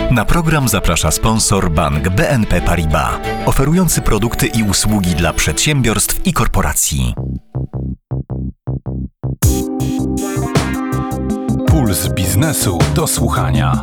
Na program zaprasza sponsor bank BNP Paribas, oferujący produkty i usługi dla przedsiębiorstw i korporacji. Puls biznesu do słuchania.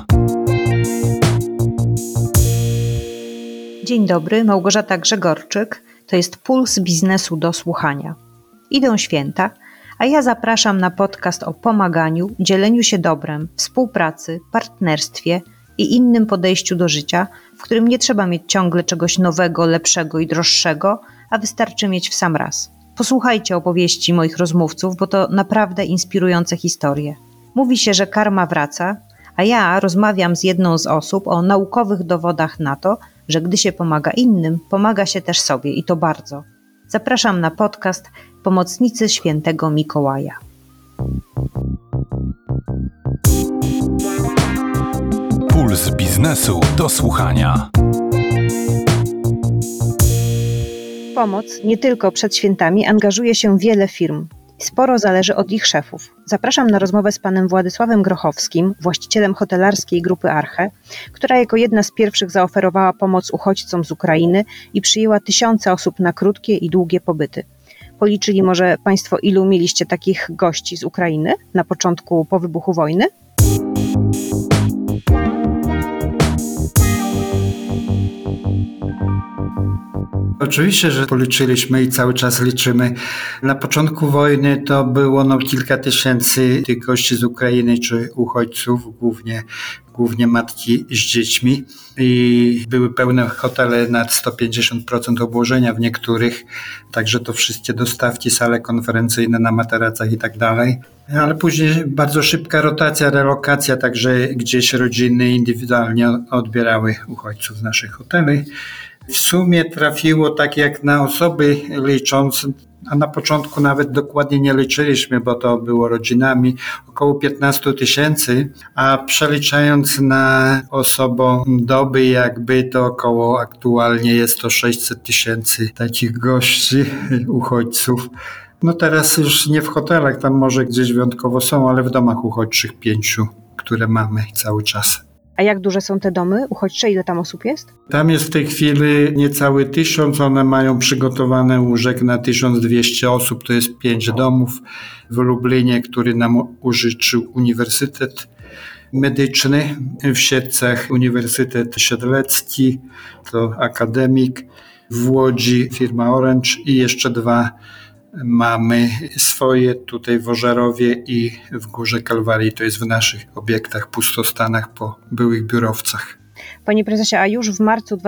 Dzień dobry, Małgorzata Grzegorczyk. To jest Puls biznesu do słuchania. Idą święta, a ja zapraszam na podcast o pomaganiu, dzieleniu się dobrem, współpracy, partnerstwie i innym podejściu do życia, w którym nie trzeba mieć ciągle czegoś nowego, lepszego i droższego, a wystarczy mieć w sam raz. Posłuchajcie opowieści moich rozmówców, bo to naprawdę inspirujące historie. Mówi się, że karma wraca, a ja rozmawiam z jedną z osób o naukowych dowodach na to, że gdy się pomaga innym, pomaga się też sobie i to bardzo. Zapraszam na podcast Pomocnicy Świętego Mikołaja. Puls biznesu do słuchania. Pomoc nie tylko przed świętami angażuje się wiele firm. Sporo zależy od ich szefów. Zapraszam na rozmowę z panem Władysławem Grochowskim, właścicielem hotelarskiej grupy Arche, która jako jedna z pierwszych zaoferowała pomoc uchodźcom z Ukrainy i przyjęła tysiące osób na krótkie i długie pobyty. Policzyli może państwo, ilu mieliście takich gości z Ukrainy na początku po wybuchu wojny? Oczywiście, że policzyliśmy i cały czas liczymy. Na początku wojny to było kilka tysięcy tych gości z Ukrainy czy uchodźców, głównie matki z dziećmi i były pełne hotele nad 150% obłożenia w niektórych, także to wszystkie dostawki, sale konferencyjne na materacach i tak dalej. Ale później bardzo szybka rotacja, relokacja, także gdzieś rodziny indywidualnie odbierały uchodźców z naszych hoteli. W sumie trafiło tak jak na osoby licząc, a na początku nawet dokładnie nie liczyliśmy, bo to było rodzinami, około 15 tysięcy, a przeliczając na osobodoby jakby to około aktualnie jest to 600 tysięcy takich gości, uchodźców. Teraz już nie w hotelach, tam może gdzieś wyjątkowo są, ale w domach uchodźczych 5, które mamy cały czas. A jak duże są te domy uchodźcze? Ile tam osób jest? Tam jest w tej chwili niecały 1000, one mają przygotowane łóżek na 1200 osób, to jest 5 domów w Lublinie, który nam użyczył Uniwersytet Medyczny, w Siedlcach Uniwersytet Siedlecki, to akademik, w Łodzi firma Orange i jeszcze 2 mamy swoje tutaj w Ożarowie i w Górze Kalwarii, to jest w naszych obiektach, pustostanach po byłych biurowcach. Panie prezesie, a już w marcu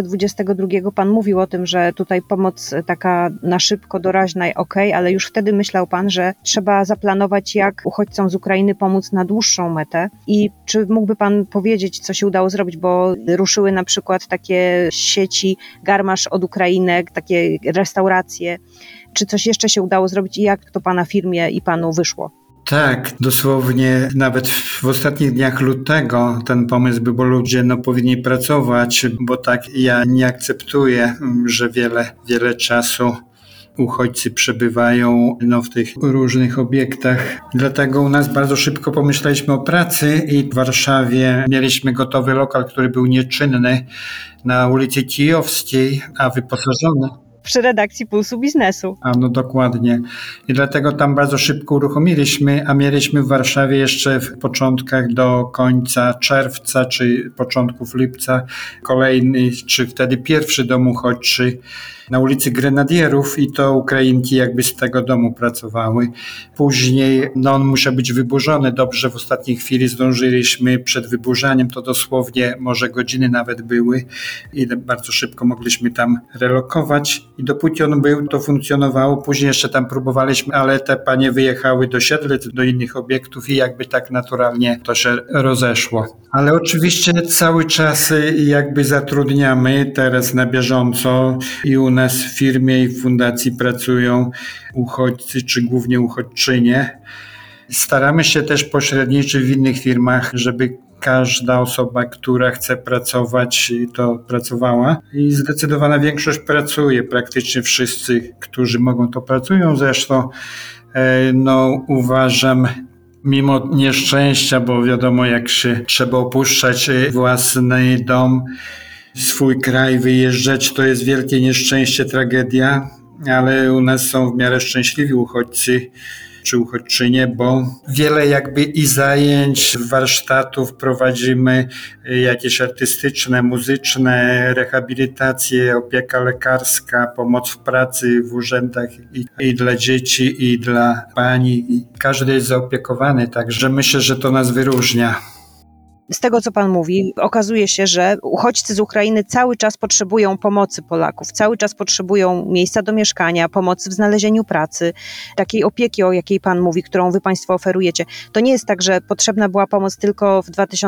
2022 pan mówił o tym, że tutaj pomoc taka na szybko, doraźna, ale już wtedy myślał pan, że trzeba zaplanować, jak uchodźcom z Ukrainy pomóc na dłuższą metę. I czy mógłby pan powiedzieć, co się udało zrobić, bo ruszyły na przykład takie sieci Garmasz od Ukrainek, takie restauracje. Czy coś jeszcze się udało zrobić i jak to pana firmie i panu wyszło? Tak, dosłownie nawet w ostatnich dniach lutego ten pomysł był, bo ludzie powinni pracować, bo tak ja nie akceptuję, że wiele czasu uchodźcy przebywają w tych różnych obiektach. Dlatego u nas bardzo szybko pomyśleliśmy o pracy i w Warszawie mieliśmy gotowy lokal, który był nieczynny na ulicy Kijowskiej, a wyposażony przy redakcji Pulsu Biznesu. Dokładnie. I dlatego tam bardzo szybko uruchomiliśmy, a mieliśmy w Warszawie jeszcze w początkach do końca czerwca, czy początków lipca kolejny, czy wtedy pierwszy dom uchodźczy na ulicy Grenadierów i to Ukrainki jakby z tego domu pracowały. Później on musiał być wyburzony. Dobrze, w ostatniej chwili zdążyliśmy przed wyburzaniem, to dosłownie może godziny nawet były i bardzo szybko mogliśmy tam relokować. I dopóki on był, to funkcjonowało. Później jeszcze tam próbowaliśmy, ale te panie wyjechały do Siedlec, do innych obiektów i jakby tak naturalnie to się rozeszło. Ale oczywiście cały czas jakby zatrudniamy teraz na bieżąco i u nas w firmie i w fundacji pracują uchodźcy, czy głównie uchodźczynie. Staramy się też pośredniczyć w innych firmach, żeby każda osoba, która chce pracować, to pracowała i zdecydowana większość pracuje. Praktycznie wszyscy, którzy mogą, to pracują. Zresztą uważam, Mimo nieszczęścia, bo wiadomo, jak się trzeba opuszczać własny dom, swój kraj, wyjeżdżać, to jest wielkie nieszczęście, tragedia, ale u nas są w miarę szczęśliwi uchodźcy czy uchodźczynie, bo wiele jakby i zajęć, warsztatów prowadzimy, jakieś artystyczne, muzyczne, rehabilitacje, opieka lekarska, pomoc w pracy w urzędach i dla dzieci, i dla pani. I każdy jest zaopiekowany, także myślę, że to nas wyróżnia. Z tego, co pan mówi, okazuje się, że uchodźcy z Ukrainy cały czas potrzebują pomocy Polaków, cały czas potrzebują miejsca do mieszkania, pomocy w znalezieniu pracy, takiej opieki, o jakiej pan mówi, którą wy państwo oferujecie. To nie jest tak, że potrzebna była pomoc tylko w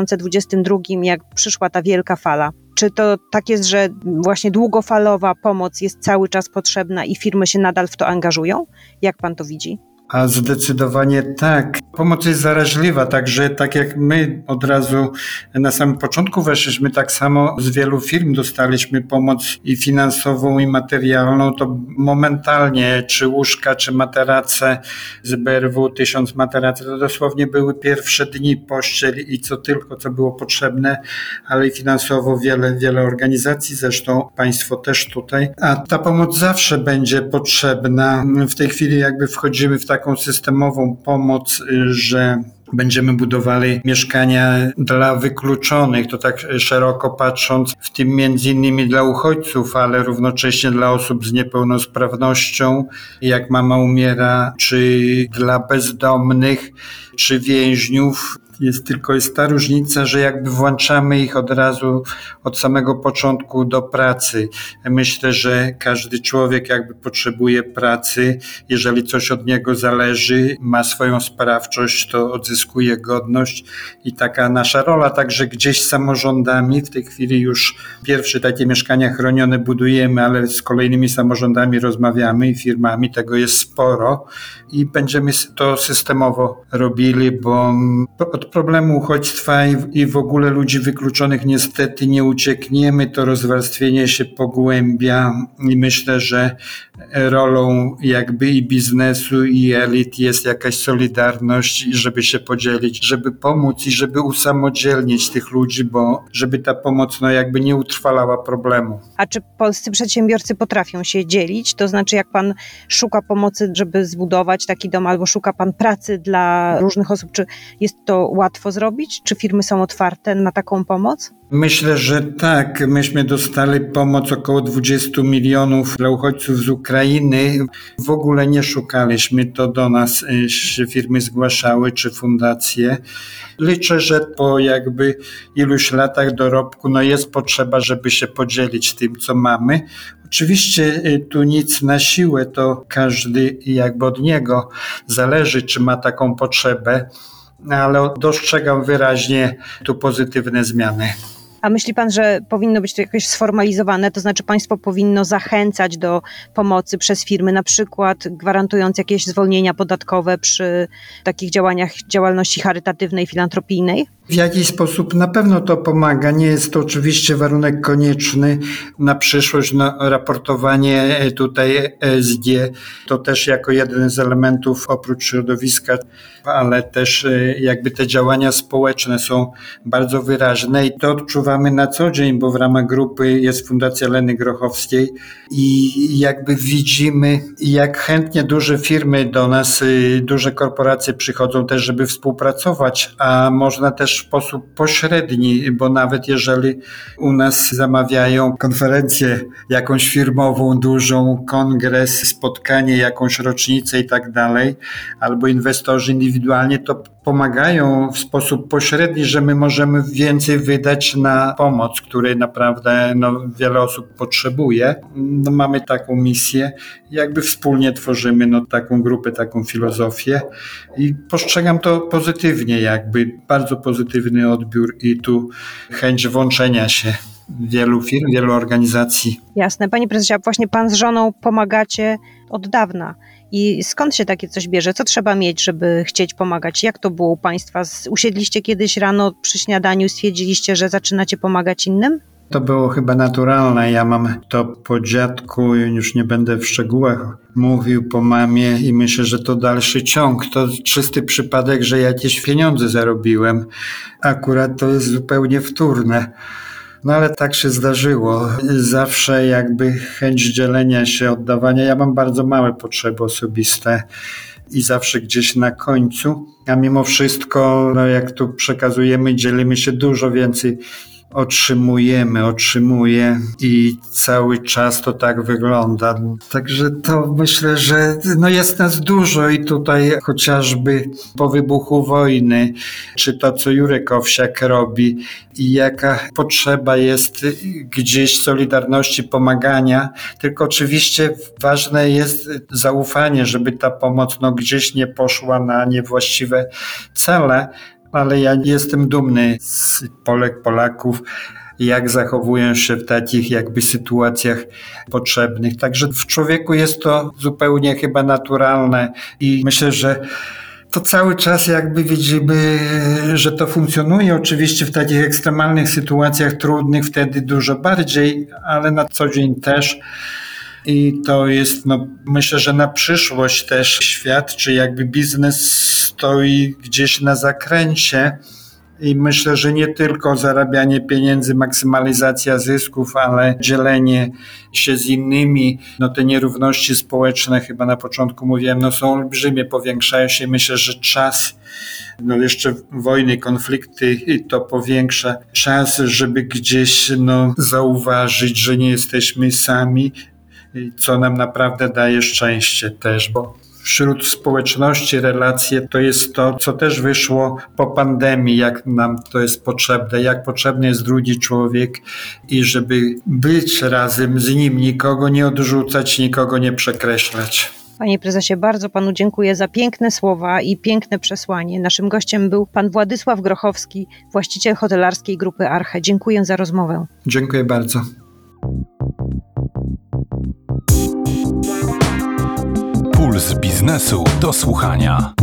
2022, jak przyszła ta wielka fala. Czy to tak jest, że właśnie długofalowa pomoc jest cały czas potrzebna i firmy się nadal w to angażują? Jak pan to widzi? A zdecydowanie tak. Pomoc jest zaraźliwa, także tak jak my od razu na samym początku weszliśmy, tak samo z wielu firm dostaliśmy pomoc i finansową, i materialną, to momentalnie, czy łóżka, czy materace z BRW, 1000 materacy, to dosłownie były pierwsze dni, pościel i co tylko, co było potrzebne, ale i finansowo wiele organizacji, zresztą państwo też tutaj. A ta pomoc zawsze będzie potrzebna. W tej chwili jakby wchodzimy w taką systemową pomoc, że będziemy budowali mieszkania dla wykluczonych, to tak szeroko patrząc, w tym między innymi dla uchodźców, ale równocześnie dla osób z niepełnosprawnością, jak mama umiera, czy dla bezdomnych, czy więźniów. Jest ta różnica, że jakby włączamy ich od razu, od samego początku do pracy. Myślę, że każdy człowiek jakby potrzebuje pracy. Jeżeli coś od niego zależy, ma swoją sprawczość, to odzyskuje godność i taka nasza rola. Także gdzieś z samorządami, w tej chwili już pierwsze takie mieszkania chronione budujemy, ale z kolejnymi samorządami rozmawiamy i firmami, tego jest sporo i będziemy to systemowo robili, bo od problemu uchodźstwa i w ogóle ludzi wykluczonych niestety nie uciekniemy, to rozwarstwienie się pogłębia i myślę, że rolą jakby i biznesu, i elit jest jakaś solidarność, żeby się podzielić, żeby pomóc i żeby usamodzielnić tych ludzi, bo żeby ta pomoc jakby nie utrwalała problemu. A czy polscy przedsiębiorcy potrafią się dzielić? To znaczy, jak pan szuka pomocy, żeby zbudować taki dom, albo szuka pan pracy dla różnych osób, czy jest to łatwo zrobić? Czy firmy są otwarte na taką pomoc? Myślę, że tak. Myśmy dostali pomoc około 20 milionów dla uchodźców z Ukrainy. W ogóle nie szukaliśmy, to do nas się firmy zgłaszały, czy fundacje. Liczę, że po jakby iluś latach dorobku jest potrzeba, żeby się podzielić tym, co mamy. Oczywiście tu nic na siłę, to każdy jakby od niego zależy, czy ma taką potrzebę, ale dostrzegam wyraźnie tu pozytywne zmiany. A myśli pan, że powinno być to jakoś sformalizowane, to znaczy państwo powinno zachęcać do pomocy przez firmy, na przykład gwarantując jakieś zwolnienia podatkowe przy takich działaniach działalności charytatywnej, filantropijnej? W jakiś sposób na pewno to pomaga. Nie jest to oczywiście warunek konieczny na przyszłość. Raportowanie tutaj ESG to też jako jeden z elementów oprócz środowiska, ale też jakby te działania społeczne są bardzo wyraźne i to odczuwamy na co dzień, bo w ramach grupy jest Fundacja Leny Grochowskiej i jakby widzimy, jak chętnie duże firmy do nas, duże korporacje przychodzą też, żeby współpracować, a można też w sposób pośredni, bo nawet jeżeli u nas zamawiają konferencję jakąś firmową, dużą, kongres, spotkanie, jakąś rocznicę i tak dalej, albo inwestorzy indywidualnie, to pomagają w sposób pośredni, że my możemy więcej wydać na pomoc, której naprawdę wiele osób potrzebuje. Mamy taką misję, jakby wspólnie tworzymy taką grupę, taką filozofię i postrzegam to pozytywnie, jakby bardzo pozytywny odbiór i tu chęć włączenia się wielu firm, wielu organizacji. Jasne. Panie prezesie, właśnie pan z żoną pomagacie od dawna. I skąd się takie coś bierze? Co trzeba mieć, żeby chcieć pomagać? Jak to było u państwa? Usiedliście kiedyś rano przy śniadaniu i stwierdziliście, że zaczynacie pomagać innym? To było chyba naturalne. Ja mam to po dziadku, już nie będę w szczegółach mówił, po mamie i myślę, że to dalszy ciąg. To czysty przypadek, że jakieś pieniądze zarobiłem. Akurat to jest zupełnie wtórne. No ale tak się zdarzyło. Zawsze jakby chęć dzielenia się, oddawania. Ja mam bardzo małe potrzeby osobiste i zawsze gdzieś na końcu. A mimo wszystko, no jak tu przekazujemy, dzielimy się dużo więcej. Otrzymuję i cały czas to tak wygląda. Także to myślę, że jest nas dużo i tutaj chociażby po wybuchu wojny, czy to co Jurek Owsiak robi i jaka potrzeba jest gdzieś solidarności, pomagania, tylko oczywiście ważne jest zaufanie, żeby ta pomoc gdzieś nie poszła na niewłaściwe cele. Ale ja jestem dumny z Polek, Polaków, jak zachowują się w takich jakby sytuacjach potrzebnych. Także w człowieku jest to zupełnie chyba naturalne i myślę, że to cały czas jakby widzimy, że to funkcjonuje. Oczywiście w takich ekstremalnych sytuacjach trudnych wtedy dużo bardziej, ale na co dzień też. I to jest, myślę, że na przyszłość też świadczy, jakby biznes stoi gdzieś na zakręcie i myślę, że nie tylko zarabianie pieniędzy, maksymalizacja zysków, ale dzielenie się z innymi. Te nierówności społeczne, chyba na początku mówiłem, są olbrzymie, powiększają się. Myślę, że czas, jeszcze wojny, konflikty to powiększa. Czas, żeby gdzieś zauważyć, że nie jesteśmy sami, co nam naprawdę daje szczęście też, bo wśród społeczności relacje to jest to, co też wyszło po pandemii, jak nam to jest potrzebne, jak potrzebny jest drugi człowiek i żeby być razem z nim, nikogo nie odrzucać, nikogo nie przekreślać. Panie prezesie, bardzo panu dziękuję za piękne słowa i piękne przesłanie. Naszym gościem był pan Władysław Grochowski, właściciel hotelarskiej grupy Arche. Dziękuję za rozmowę. Dziękuję bardzo. Puls biznesu do słuchania.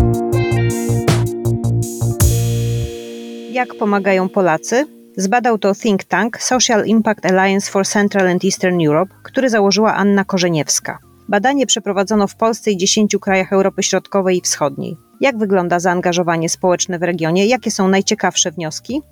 Jak pomagają Polacy? Zbadał to think tank Social Impact Alliance for Central and Eastern Europe, który założyła Anna Korzeniewska. Badanie przeprowadzono w Polsce i 10 krajach Europy Środkowej i Wschodniej. Jak wygląda zaangażowanie społeczne w regionie? Jakie są najciekawsze wnioski?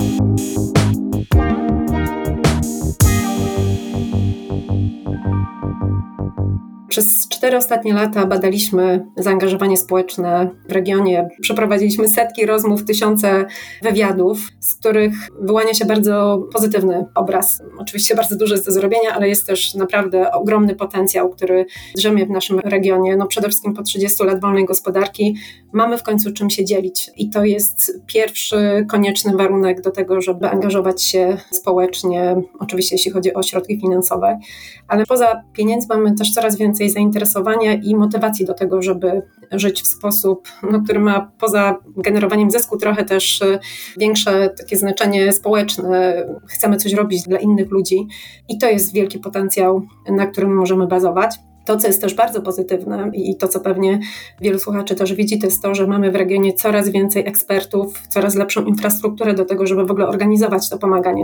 Przez 4 ostatnie lata badaliśmy zaangażowanie społeczne w regionie. Przeprowadziliśmy setki rozmów, tysiące wywiadów, z których wyłania się bardzo pozytywny obraz. Oczywiście bardzo dużo jest do zrobienia, ale jest też naprawdę ogromny potencjał, który drzemie w naszym regionie. Przede wszystkim po 30 lat wolnej gospodarki mamy w końcu czym się dzielić. I to jest pierwszy konieczny warunek do tego, żeby angażować się społecznie, oczywiście jeśli chodzi o środki finansowe. Ale poza pieniędzmi mamy też coraz więcej zainteresowania i motywacji do tego, żeby żyć w sposób, który ma poza generowaniem zysku trochę też większe takie znaczenie społeczne. Chcemy coś robić dla innych ludzi i to jest wielki potencjał, na którym możemy bazować. To, co jest też bardzo pozytywne i to, co pewnie wielu słuchaczy też widzi, to jest to, że mamy w regionie coraz więcej ekspertów, coraz lepszą infrastrukturę do tego, żeby w ogóle organizować to pomaganie.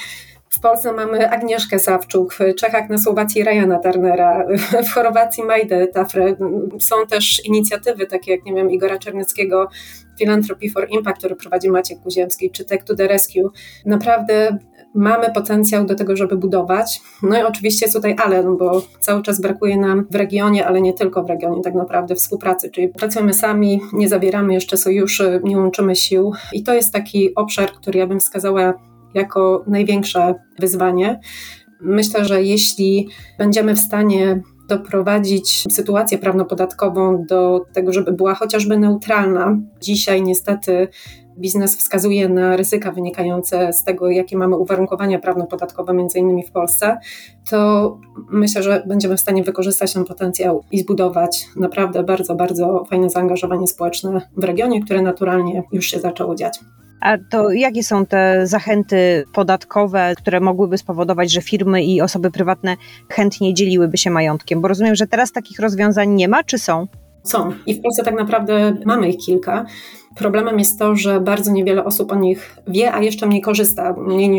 W Polsce mamy Agnieszkę Sawczuk, w Czechach na Słowacji Ryana Turnera, w Chorwacji Majdę Tafre. Są też inicjatywy takie jak, Igora Czernieckiego, Philanthropy for Impact, który prowadzi Maciek Kuziemski, czy Tech to the Rescue. Naprawdę mamy potencjał do tego, żeby budować. I oczywiście jest tutaj bo cały czas brakuje nam w regionie, ale nie tylko w regionie, tak naprawdę współpracy, czyli pracujemy sami, nie zawieramy jeszcze sojuszy, nie łączymy sił i to jest taki obszar, który ja bym wskazała jako największe wyzwanie. Myślę, że jeśli będziemy w stanie doprowadzić sytuację prawnopodatkową do tego, żeby była chociażby neutralna. Dzisiaj niestety biznes wskazuje na ryzyka wynikające z tego, jakie mamy uwarunkowania prawnopodatkowe, między innymi w Polsce, to myślę, że będziemy w stanie wykorzystać ten potencjał i zbudować naprawdę bardzo, bardzo fajne zaangażowanie społeczne w regionie, które naturalnie już się zaczęło dziać. A to jakie są te zachęty podatkowe, które mogłyby spowodować, że firmy i osoby prywatne chętnie dzieliłyby się majątkiem? Bo rozumiem, że teraz takich rozwiązań nie ma, czy są? Są i w Polsce tak naprawdę mamy ich kilka. Problemem jest to, że bardzo niewiele osób o nich wie, a jeszcze mniej korzysta.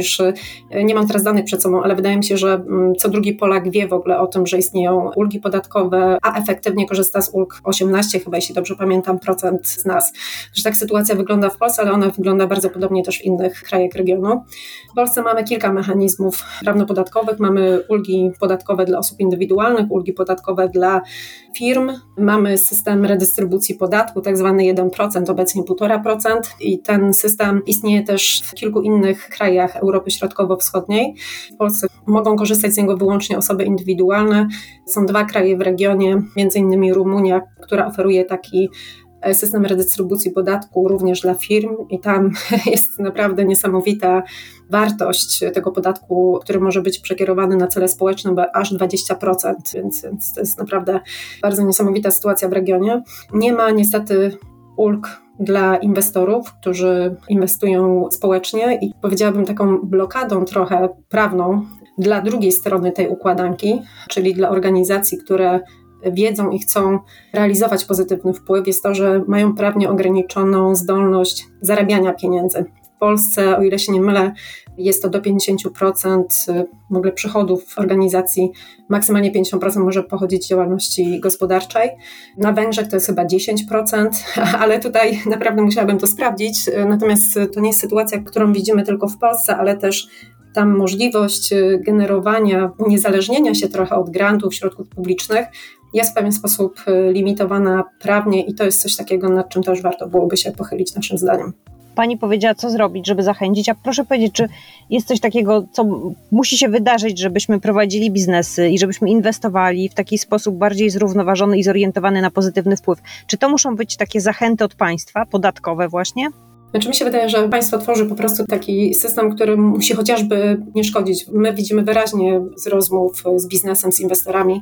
Nie mam teraz danych przed sobą, ale wydaje mi się, że co drugi Polak wie w ogóle o tym, że istnieją ulgi podatkowe, a efektywnie korzysta z ulg 18, chyba jeśli dobrze pamiętam, procent z nas. Że tak sytuacja wygląda w Polsce, ale ona wygląda bardzo podobnie też w innych krajach regionu. W Polsce mamy kilka mechanizmów prawnopodatkowych. Mamy ulgi podatkowe dla osób indywidualnych, ulgi podatkowe dla firm. Mamy system redystrybucji podatku, tak zwany 1%, obecnie 1,5%, i ten system istnieje też w kilku innych krajach Europy Środkowo-Wschodniej. W Polsce mogą korzystać z niego wyłącznie osoby indywidualne. Są 2 kraje w regionie, między innymi Rumunia, która oferuje taki system redystrybucji podatku również dla firm i tam jest naprawdę niesamowita wartość tego podatku, który może być przekierowany na cele społeczne, bo aż 20%, więc to jest naprawdę bardzo niesamowita sytuacja w regionie. Nie ma niestety ulg dla inwestorów, którzy inwestują społecznie i powiedziałabym taką blokadą trochę prawną dla drugiej strony tej układanki, czyli dla organizacji, które wiedzą i chcą realizować pozytywny wpływ, jest to, że mają prawnie ograniczoną zdolność zarabiania pieniędzy. W Polsce, o ile się nie mylę, jest to do 50% w ogóle przychodów organizacji, maksymalnie 50% może pochodzić z działalności gospodarczej. Na Węgrzech to jest chyba 10%, ale tutaj naprawdę musiałabym to sprawdzić. Natomiast to nie jest sytuacja, którą widzimy tylko w Polsce, ale też tam możliwość generowania, uniezależnienia się trochę od grantów, środków publicznych jest w pewien sposób limitowana prawnie i to jest coś takiego, nad czym też warto byłoby się pochylić naszym zdaniem. Pani powiedziała, co zrobić, żeby zachęcić, a proszę powiedzieć, czy jest coś takiego, co musi się wydarzyć, żebyśmy prowadzili biznesy i żebyśmy inwestowali w taki sposób bardziej zrównoważony i zorientowany na pozytywny wpływ? Czy to muszą być takie zachęty od państwa, podatkowe właśnie? Znaczy mi się wydaje, że państwo tworzy po prostu taki system, który musi chociażby nie szkodzić. My widzimy wyraźnie z rozmów z biznesem, z inwestorami,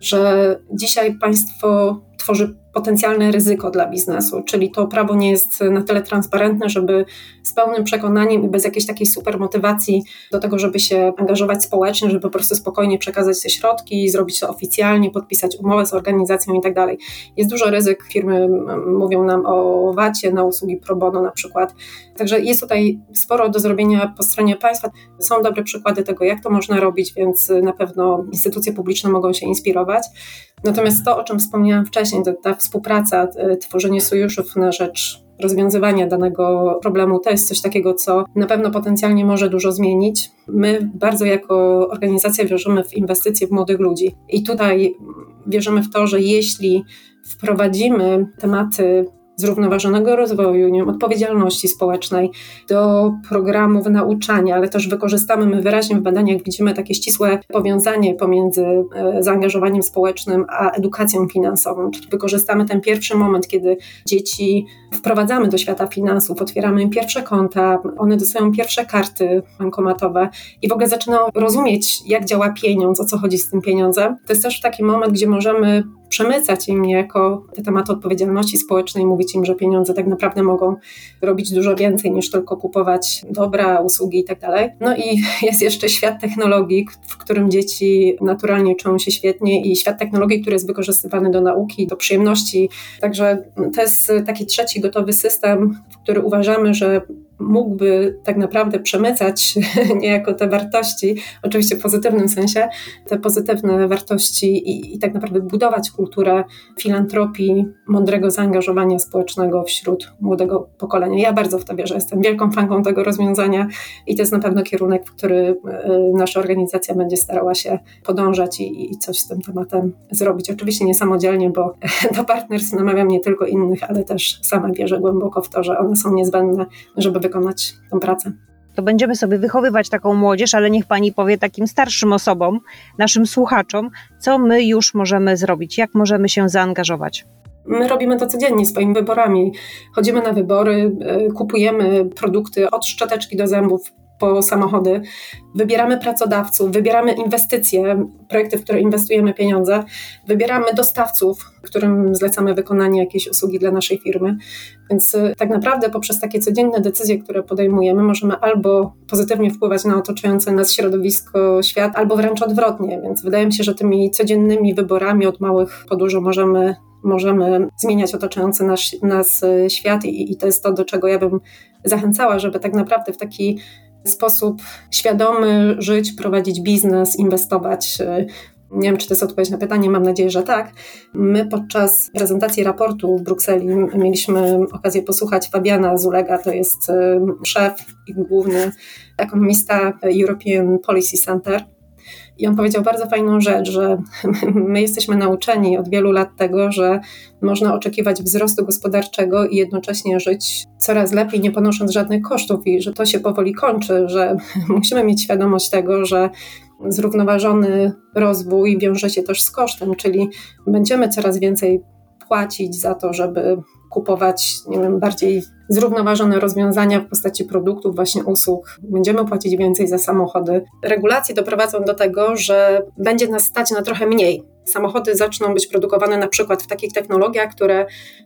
że dzisiaj państwo tworzy potencjalne ryzyko dla biznesu, czyli to prawo nie jest na tyle transparentne, żeby z pełnym przekonaniem i bez jakiejś takiej super motywacji do tego, żeby się angażować społecznie, żeby po prostu spokojnie przekazać te środki, zrobić to oficjalnie, podpisać umowę z organizacją i tak dalej. Jest dużo ryzyk, firmy mówią nam o VAT-ie na usługi pro bono na przykład, także jest tutaj sporo do zrobienia po stronie państwa. Są dobre przykłady tego, jak to można robić, więc na pewno instytucje publiczne mogą się inspirować. Natomiast to, o czym wspomniałam wcześniej, to ta współpraca, tworzenie sojuszów na rzecz rozwiązywania danego problemu, to jest coś takiego, co na pewno potencjalnie może dużo zmienić. My bardzo jako organizacja wierzymy w inwestycje w młodych ludzi i tutaj wierzymy w to, że jeśli wprowadzimy tematy zrównoważonego rozwoju, odpowiedzialności społecznej do programów nauczania, ale też my wyraźnie w badaniach widzimy takie ścisłe powiązanie pomiędzy zaangażowaniem społecznym a edukacją finansową, czyli wykorzystamy ten pierwszy moment, kiedy dzieci wprowadzamy do świata finansów, otwieramy im pierwsze konta, one dostają pierwsze karty bankomatowe i w ogóle zaczynają rozumieć, jak działa pieniądz, o co chodzi z tym pieniądzem. To jest też taki moment, gdzie możemy przemycać im niejako te tematy odpowiedzialności społecznej, mówić im, że pieniądze tak naprawdę mogą robić dużo więcej niż tylko kupować dobra, usługi i tak dalej. No i jest jeszcze świat technologii, w którym dzieci naturalnie czują się świetnie i świat technologii, który jest wykorzystywany do nauki, do przyjemności. Także to jest taki trzeci gotowy system, który uważamy, że mógłby tak naprawdę przemycać niejako te wartości, oczywiście w pozytywnym sensie, te pozytywne wartości i tak naprawdę budować kulturę filantropii, mądrego zaangażowania społecznego wśród młodego pokolenia. Ja bardzo w to wierzę, jestem wielką fanką tego rozwiązania i to jest na pewno kierunek, w który nasza organizacja będzie starała się podążać i coś z tym tematem zrobić. Oczywiście nie samodzielnie, bo do partnerstw namawiam nie tylko innych, ale też sama wierzę głęboko w to, że one są niezbędne, żeby wykonać tę pracę. To będziemy sobie wychowywać taką młodzież, ale niech pani powie takim starszym osobom, naszym słuchaczom, co my już możemy zrobić, jak możemy się zaangażować. My robimy to codziennie swoimi wyborami. Chodzimy na wybory, kupujemy produkty od szczoteczki do zębów po samochody, wybieramy pracodawców, wybieramy inwestycje, projekty, w które inwestujemy pieniądze, wybieramy dostawców, którym zlecamy wykonanie jakiejś usługi dla naszej firmy. Więc tak naprawdę poprzez takie codzienne decyzje, które podejmujemy, możemy albo pozytywnie wpływać na otaczające nas środowisko, świat, albo wręcz odwrotnie. Więc wydaje mi się, że tymi codziennymi wyborami od małych po dużo możemy możemy zmieniać otaczający nas świat i to jest to, do czego ja bym zachęcała, żeby tak naprawdę w taki sposób świadomy żyć, prowadzić biznes, inwestować. Nie wiem, czy to jest odpowiedź na pytanie, mam nadzieję, że tak. My podczas prezentacji raportu w Brukseli mieliśmy okazję posłuchać Fabiana Zulega, to jest szef i główny ekonomista European Policy Center. I on powiedział bardzo fajną rzecz, że my jesteśmy nauczeni od wielu lat tego, że można oczekiwać wzrostu gospodarczego i jednocześnie żyć coraz lepiej, nie ponosząc żadnych kosztów i że to się powoli kończy, że musimy mieć świadomość tego, że zrównoważony rozwój wiąże się też z kosztem, czyli będziemy coraz więcej płacić za to, żeby kupować, bardziej zrównoważone rozwiązania w postaci produktów, właśnie usług. Będziemy płacić więcej za samochody. Regulacje doprowadzą do tego, że będzie nas stać na trochę mniej. Samochody zaczną być produkowane na przykład w takich technologiach, które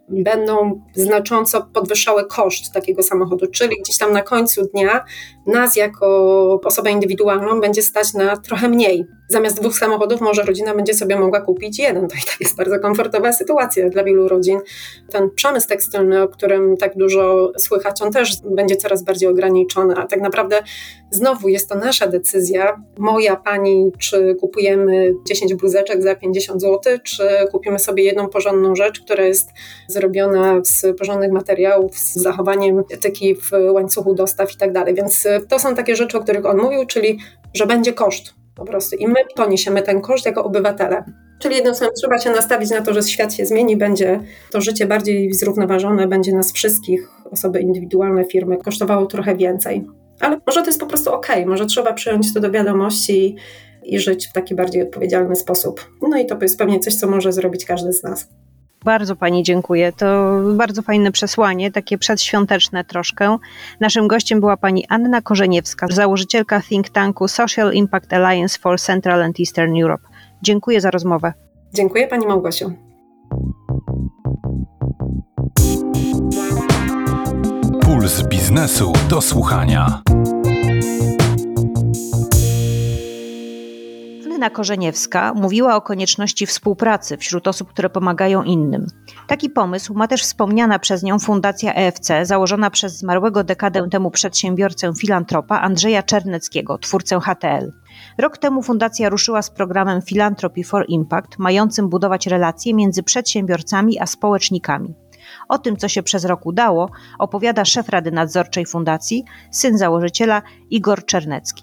będą znacząco podwyższały koszt takiego samochodu, czyli gdzieś tam na końcu dnia nas jako osobę indywidualną będzie stać na trochę mniej. Zamiast 2 samochodów może rodzina będzie sobie mogła kupić 1. To i tak jest bardzo komfortowa sytuacja dla wielu rodzin. Ten przemysł tekstylny, o którym tak dużo słychać, on też będzie coraz bardziej ograniczony, a tak naprawdę znowu jest to nasza decyzja, moja, pani, czy kupujemy 10 bluzeczek za 50 zł, czy kupimy sobie jedną porządną rzecz, która jest zrobiona z porządnych materiałów, z zachowaniem etyki w łańcuchu dostaw i tak dalej. Więc to są takie rzeczy, o których on mówił, czyli że będzie koszt po prostu i my poniesiemy ten koszt jako obywatele. Czyli jednym słowem trzeba się nastawić na to, że świat się zmieni, będzie to życie bardziej zrównoważone, będzie nas wszystkich, osoby indywidualne, firmy, kosztowało trochę więcej. Ale może to jest po prostu okej, może trzeba przyjąć to do wiadomości i żyć w taki bardziej odpowiedzialny sposób. No i to jest pewnie coś, co może zrobić każdy z nas. Bardzo Pani dziękuję. To bardzo fajne przesłanie, takie przedświąteczne troszkę. Naszym gościem była Pani Anna Korzeniewska, założycielka think tanku Social Impact Alliance for Central and Eastern Europe. Dziękuję za rozmowę. Dziękuję Pani Małgosiu. Puls biznesu do słuchania. Anna Korzeniewska mówiła o konieczności współpracy wśród osób, które pomagają innym. Taki pomysł ma też wspomniana przez nią Fundacja EFC, założona przez zmarłego dekadę temu przedsiębiorcę filantropa Andrzeja Czerneckiego, twórcę HTL. Rok temu fundacja ruszyła z programem Philanthropy for Impact, mającym budować relacje między przedsiębiorcami a społecznikami. O tym, co się przez rok udało, opowiada szef Rady Nadzorczej Fundacji, syn założyciela Igor Czernecki.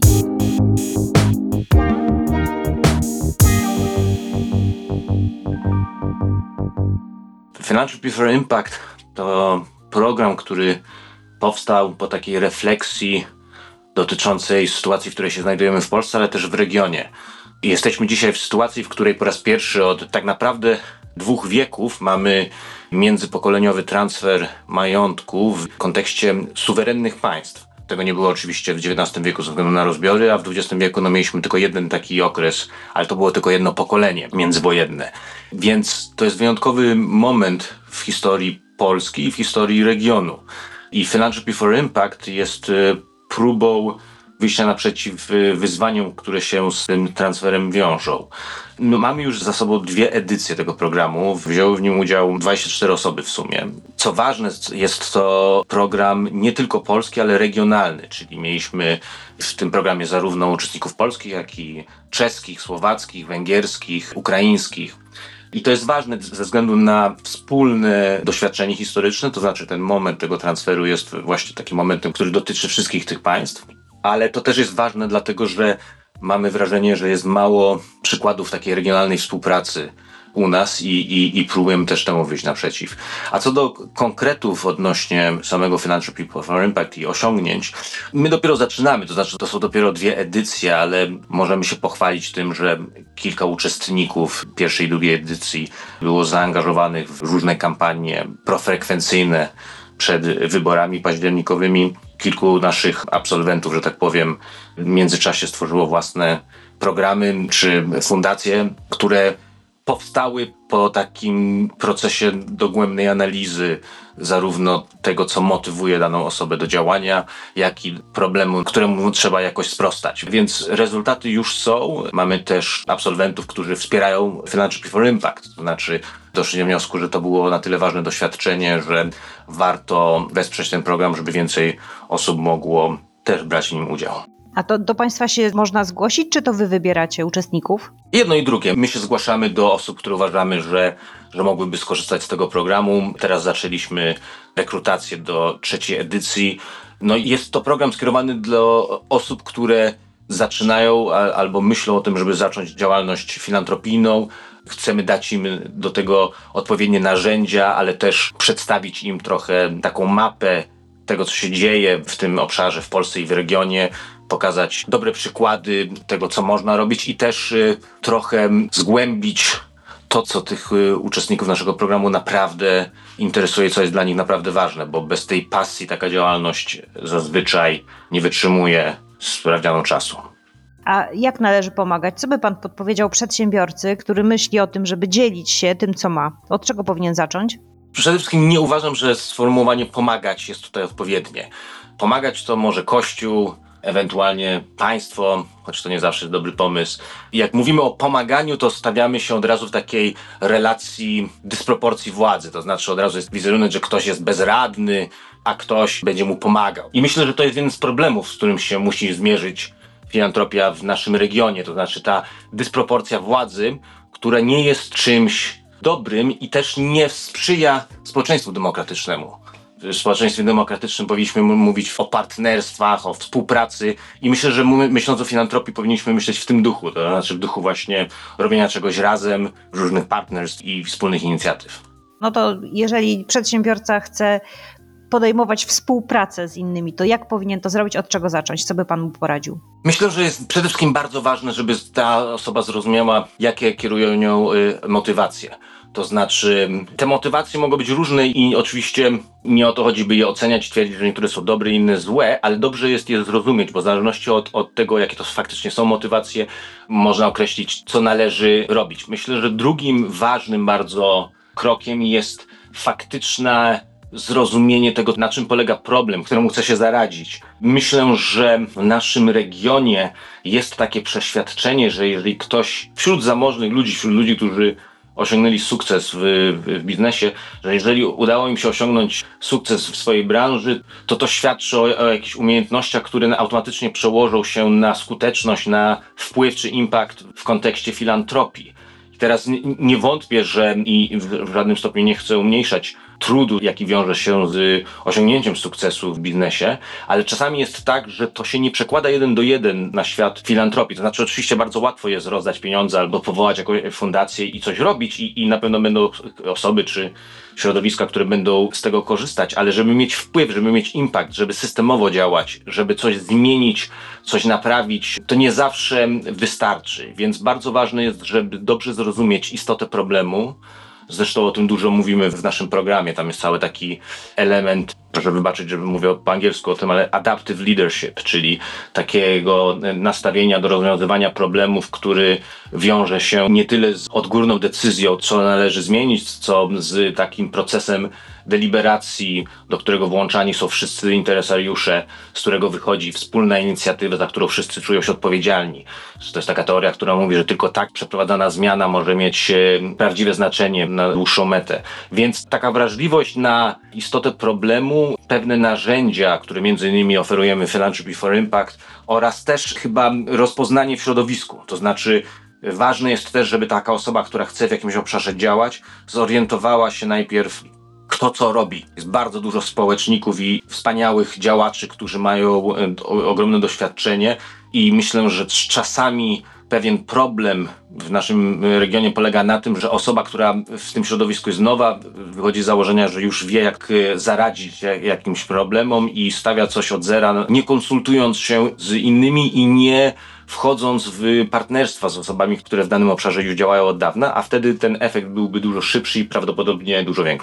Philanthropy for Impact to program, który powstał po takiej refleksji dotyczącej sytuacji, w której się znajdujemy w Polsce, ale też w regionie. Jesteśmy dzisiaj w sytuacji, w której po raz pierwszy od tak naprawdę 2 wieków mamy międzypokoleniowy transfer majątku w kontekście suwerennych państw. Tego nie było oczywiście w XIX wieku ze względu na rozbiory, a w XX wieku mieliśmy tylko jeden taki okres, ale to było tylko jedno pokolenie międzywojenne. Więc to jest wyjątkowy moment w historii Polski i w historii regionu. I Philanthropy for Impact jest próbą wyjścia naprzeciw wyzwaniom, które się z tym transferem wiążą. Mamy już za sobą 2 edycje tego programu. Wzięły w nim udział 24 osoby w sumie. Co ważne, jest to program nie tylko polski, ale regionalny, czyli mieliśmy w tym programie zarówno uczestników polskich, jak i czeskich, słowackich, węgierskich, ukraińskich. I to jest ważne ze względu na wspólne doświadczenie historyczne, to znaczy ten moment tego transferu jest właśnie takim momentem, który dotyczy wszystkich tych państw. Ale to też jest ważne dlatego, że mamy wrażenie, że jest mało przykładów takiej regionalnej współpracy u nas i próbujemy też temu wyjść naprzeciw. A co do konkretów odnośnie samego Philanthropy for Impact i osiągnięć, my dopiero zaczynamy, to znaczy to są dopiero 2 edycje, ale możemy się pochwalić tym, że kilka uczestników pierwszej i drugiej edycji było zaangażowanych w różne kampanie profrekwencyjne przed wyborami październikowymi. Kilku naszych absolwentów, że tak powiem, w międzyczasie stworzyło własne programy czy fundacje, które powstały po takim procesie dogłębnej analizy zarówno tego, co motywuje daną osobę do działania, jak i problemu, któremu trzeba jakoś sprostać. Więc rezultaty już są. Mamy też absolwentów, którzy wspierają Philanthropy for Impact. To znaczy doszli do wniosku, że to było na tyle ważne doświadczenie, że warto wesprzeć ten program, żeby więcej osób mogło też brać w nim udział. A to do Państwa się można zgłosić, czy to Wy wybieracie uczestników? Jedno i drugie. My się zgłaszamy do osób, które uważamy, że mogłyby skorzystać z tego programu. Teraz zaczęliśmy rekrutację do 3. edycji. No i jest to program skierowany do osób, które zaczynają albo myślą o tym, żeby zacząć działalność filantropijną. Chcemy dać im do tego odpowiednie narzędzia, ale też przedstawić im trochę taką mapę tego, co się dzieje w tym obszarze w Polsce i w regionie, pokazać dobre przykłady tego, co można robić i też trochę zgłębić to, co tych uczestników naszego programu naprawdę interesuje, co jest dla nich naprawdę ważne, bo bez tej pasji taka działalność zazwyczaj nie wytrzymuje sprawdzianą czasu. A jak należy pomagać? Co by Pan podpowiedział przedsiębiorcy, który myśli o tym, żeby dzielić się tym, co ma? Od czego powinien zacząć? Przede wszystkim nie uważam, że sformułowanie pomagać jest tutaj odpowiednie. Pomagać to może Kościół, ewentualnie państwo, choć to nie zawsze jest dobry pomysł. I jak mówimy o pomaganiu, to stawiamy się od razu w takiej relacji dysproporcji władzy. To znaczy od razu jest wizerunek, że ktoś jest bezradny, a ktoś będzie mu pomagał. I myślę, że to jest jeden z problemów, z którym się musi zmierzyć filantropia w naszym regionie. To znaczy ta dysproporcja władzy, która nie jest czymś dobrym i też nie sprzyja społeczeństwu demokratycznemu. W społeczeństwie demokratycznym powinniśmy mówić o partnerstwach, o współpracy i myślę, że myśląc o filantropii powinniśmy myśleć w tym duchu, to znaczy w duchu właśnie robienia czegoś razem, różnych partnerstw i wspólnych inicjatyw. No to jeżeli przedsiębiorca chce podejmować współpracę z innymi, to jak powinien to zrobić, od czego zacząć? Co by Pan mu poradził? Myślę, że jest przede wszystkim bardzo ważne, żeby ta osoba zrozumiała, jakie kierują nią motywacje. To znaczy, te motywacje mogą być różne i oczywiście nie o to chodzi, by je oceniać, twierdzić, że niektóre są dobre, inne złe, ale dobrze jest je zrozumieć, bo w zależności od tego, jakie to faktycznie są motywacje, można określić, co należy robić. Myślę, że drugim ważnym bardzo krokiem jest faktyczne zrozumienie tego, na czym polega problem, któremu chce się zaradzić. Myślę, że w naszym regionie jest takie przeświadczenie, że jeżeli ktoś wśród zamożnych ludzi, wśród ludzi, którzy osiągnęli sukces w biznesie, że jeżeli udało im się osiągnąć sukces w swojej branży, to świadczy o jakichś umiejętnościach, które automatycznie przełożą się na skuteczność, na wpływ czy impact w kontekście filantropii. I teraz nie wątpię, że i w żadnym stopniu nie chcę umniejszać trudu, jaki wiąże się z osiągnięciem sukcesu w biznesie, ale czasami jest tak, że to się nie przekłada 1:1 na świat filantropii. To znaczy oczywiście bardzo łatwo jest rozdać pieniądze albo powołać jakąś fundację i coś robić i na pewno będą osoby czy środowiska, które będą z tego korzystać, ale żeby mieć wpływ, żeby mieć impact, żeby systemowo działać, żeby coś zmienić, coś naprawić, to nie zawsze wystarczy. Więc bardzo ważne jest, żeby dobrze zrozumieć istotę problemu. Zresztą o tym dużo mówimy w naszym programie. Tam jest cały taki element, proszę wybaczyć, że mówię po angielsku o tym, ale adaptive leadership, czyli takiego nastawienia do rozwiązywania problemów, który wiąże się nie tyle z odgórną decyzją, co należy zmienić, co z takim procesem deliberacji, do którego włączani są wszyscy interesariusze, z którego wychodzi wspólna inicjatywa, za którą wszyscy czują się odpowiedzialni. To jest taka teoria, która mówi, że tylko tak przeprowadzana zmiana może mieć prawdziwe znaczenie na dłuższą metę. Więc taka wrażliwość na istotę problemu, pewne narzędzia, które między innymi oferujemy Philanthropy for Impact oraz też chyba rozpoznanie w środowisku. To znaczy ważne jest też, żeby taka osoba, która chce w jakimś obszarze działać, zorientowała się najpierw, kto co robi. Jest bardzo dużo społeczników i wspaniałych działaczy, którzy mają ogromne doświadczenie i myślę, że czasami pewien problem w naszym regionie polega na tym, że osoba, która w tym środowisku jest nowa, wychodzi z założenia, że już wie, jak zaradzić jakimś problemom i stawia coś od zera, nie konsultując się z innymi i nie wchodząc w partnerstwa z osobami, które w danym obszarze już działają od dawna, a wtedy ten efekt byłby dużo szybszy i prawdopodobnie dużo większy.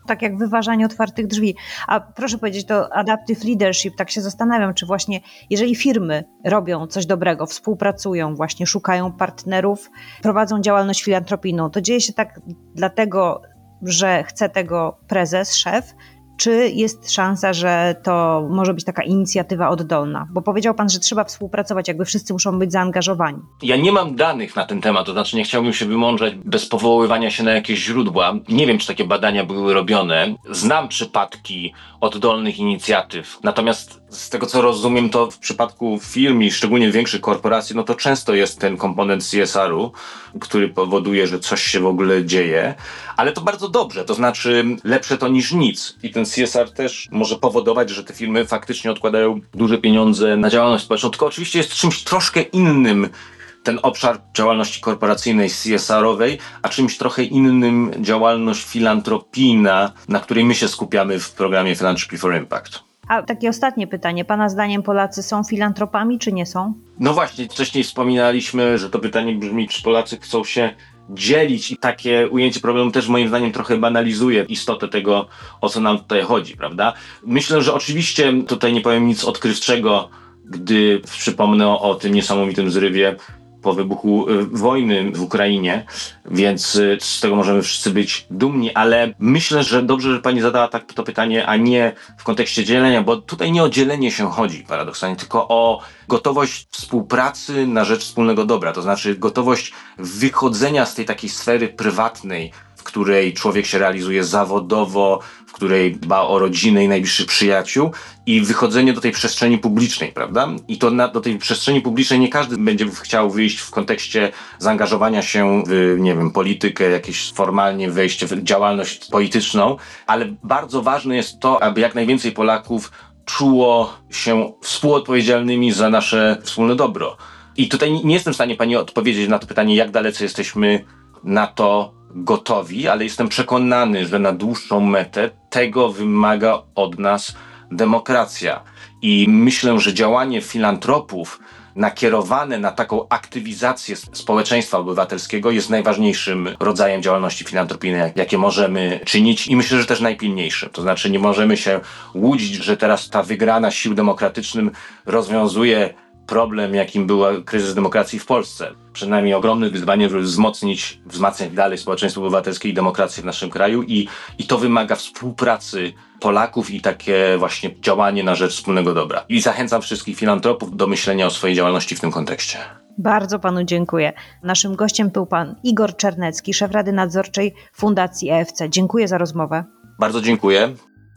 Tak jak wyważanie otwartych drzwi. A proszę powiedzieć, to adaptive leadership, tak się zastanawiam, czy właśnie jeżeli firmy robią coś dobrego, współpracują, właśnie szukają partnerów, prowadzą działalność filantropijną, to dzieje się tak dlatego, że chce tego prezes, szef, czy jest szansa, że to może być taka inicjatywa oddolna? Bo powiedział pan, że trzeba współpracować, jakby wszyscy muszą być zaangażowani. Ja nie mam danych na ten temat, to znaczy nie chciałbym się wymądrzać bez powoływania się na jakieś źródła. Nie wiem, czy takie badania były robione. Znam przypadki oddolnych inicjatyw. Natomiast z tego, co rozumiem, to w przypadku firm i szczególnie większych korporacji, no to często jest ten komponent CSR-u, który powoduje, że coś się w ogóle dzieje. Ale to bardzo dobrze, to znaczy lepsze to niż nic. I ten CSR też może powodować, że te firmy faktycznie odkładają duże pieniądze na działalność społeczną. Tylko oczywiście jest czymś troszkę innym ten obszar działalności korporacyjnej, CSR-owej, a czymś trochę innym działalność filantropijna, na której my się skupiamy w programie Philanthropy for Impact. A takie ostatnie pytanie. Pana zdaniem Polacy są filantropami, czy nie są? No właśnie, wcześniej wspominaliśmy, że to pytanie brzmi, czy Polacy chcą się dzielić i takie ujęcie problemu też moim zdaniem trochę banalizuje istotę tego, o co nam tutaj chodzi, prawda? Myślę, że oczywiście tutaj nie powiem nic odkrywczego, gdy przypomnę o tym niesamowitym zrywie po wybuchu wojny w Ukrainie, więc z tego możemy wszyscy być dumni, ale myślę, że dobrze, że pani zadała tak to pytanie, a nie w kontekście dzielenia, bo tutaj nie o dzielenie się chodzi paradoksalnie, tylko o gotowość współpracy na rzecz wspólnego dobra, to znaczy gotowość wychodzenia z tej takiej sfery prywatnej, w której człowiek się realizuje zawodowo, w której dba o rodzinę i najbliższych przyjaciół i wychodzenie do tej przestrzeni publicznej, prawda? I to do tej przestrzeni publicznej nie każdy będzie chciał wyjść w kontekście zaangażowania się w, nie wiem, politykę, jakieś formalnie wejście w działalność polityczną, ale bardzo ważne jest to, aby jak najwięcej Polaków czuło się współodpowiedzialnymi za nasze wspólne dobro. I tutaj nie jestem w stanie pani odpowiedzieć na to pytanie, jak dalece jesteśmy na to gotowi, ale jestem przekonany, że na dłuższą metę tego wymaga od nas demokracja. I myślę, że działanie filantropów nakierowane na taką aktywizację społeczeństwa obywatelskiego jest najważniejszym rodzajem działalności filantropijnej, jakie możemy czynić i myślę, że też najpilniejszym. To znaczy nie możemy się łudzić, że teraz ta wygrana sił demokratycznym rozwiązuje problem, jakim był kryzys demokracji w Polsce. Przed nami ogromne wyzwanie, żeby wzmacniać dalej społeczeństwo obywatelskie i demokrację w naszym kraju i to wymaga współpracy Polaków i takie właśnie działanie na rzecz wspólnego dobra. I zachęcam wszystkich filantropów do myślenia o swojej działalności w tym kontekście. Bardzo panu dziękuję. Naszym gościem był pan Igor Czernecki, szef Rady Nadzorczej Fundacji EFC. Dziękuję za rozmowę. Bardzo dziękuję.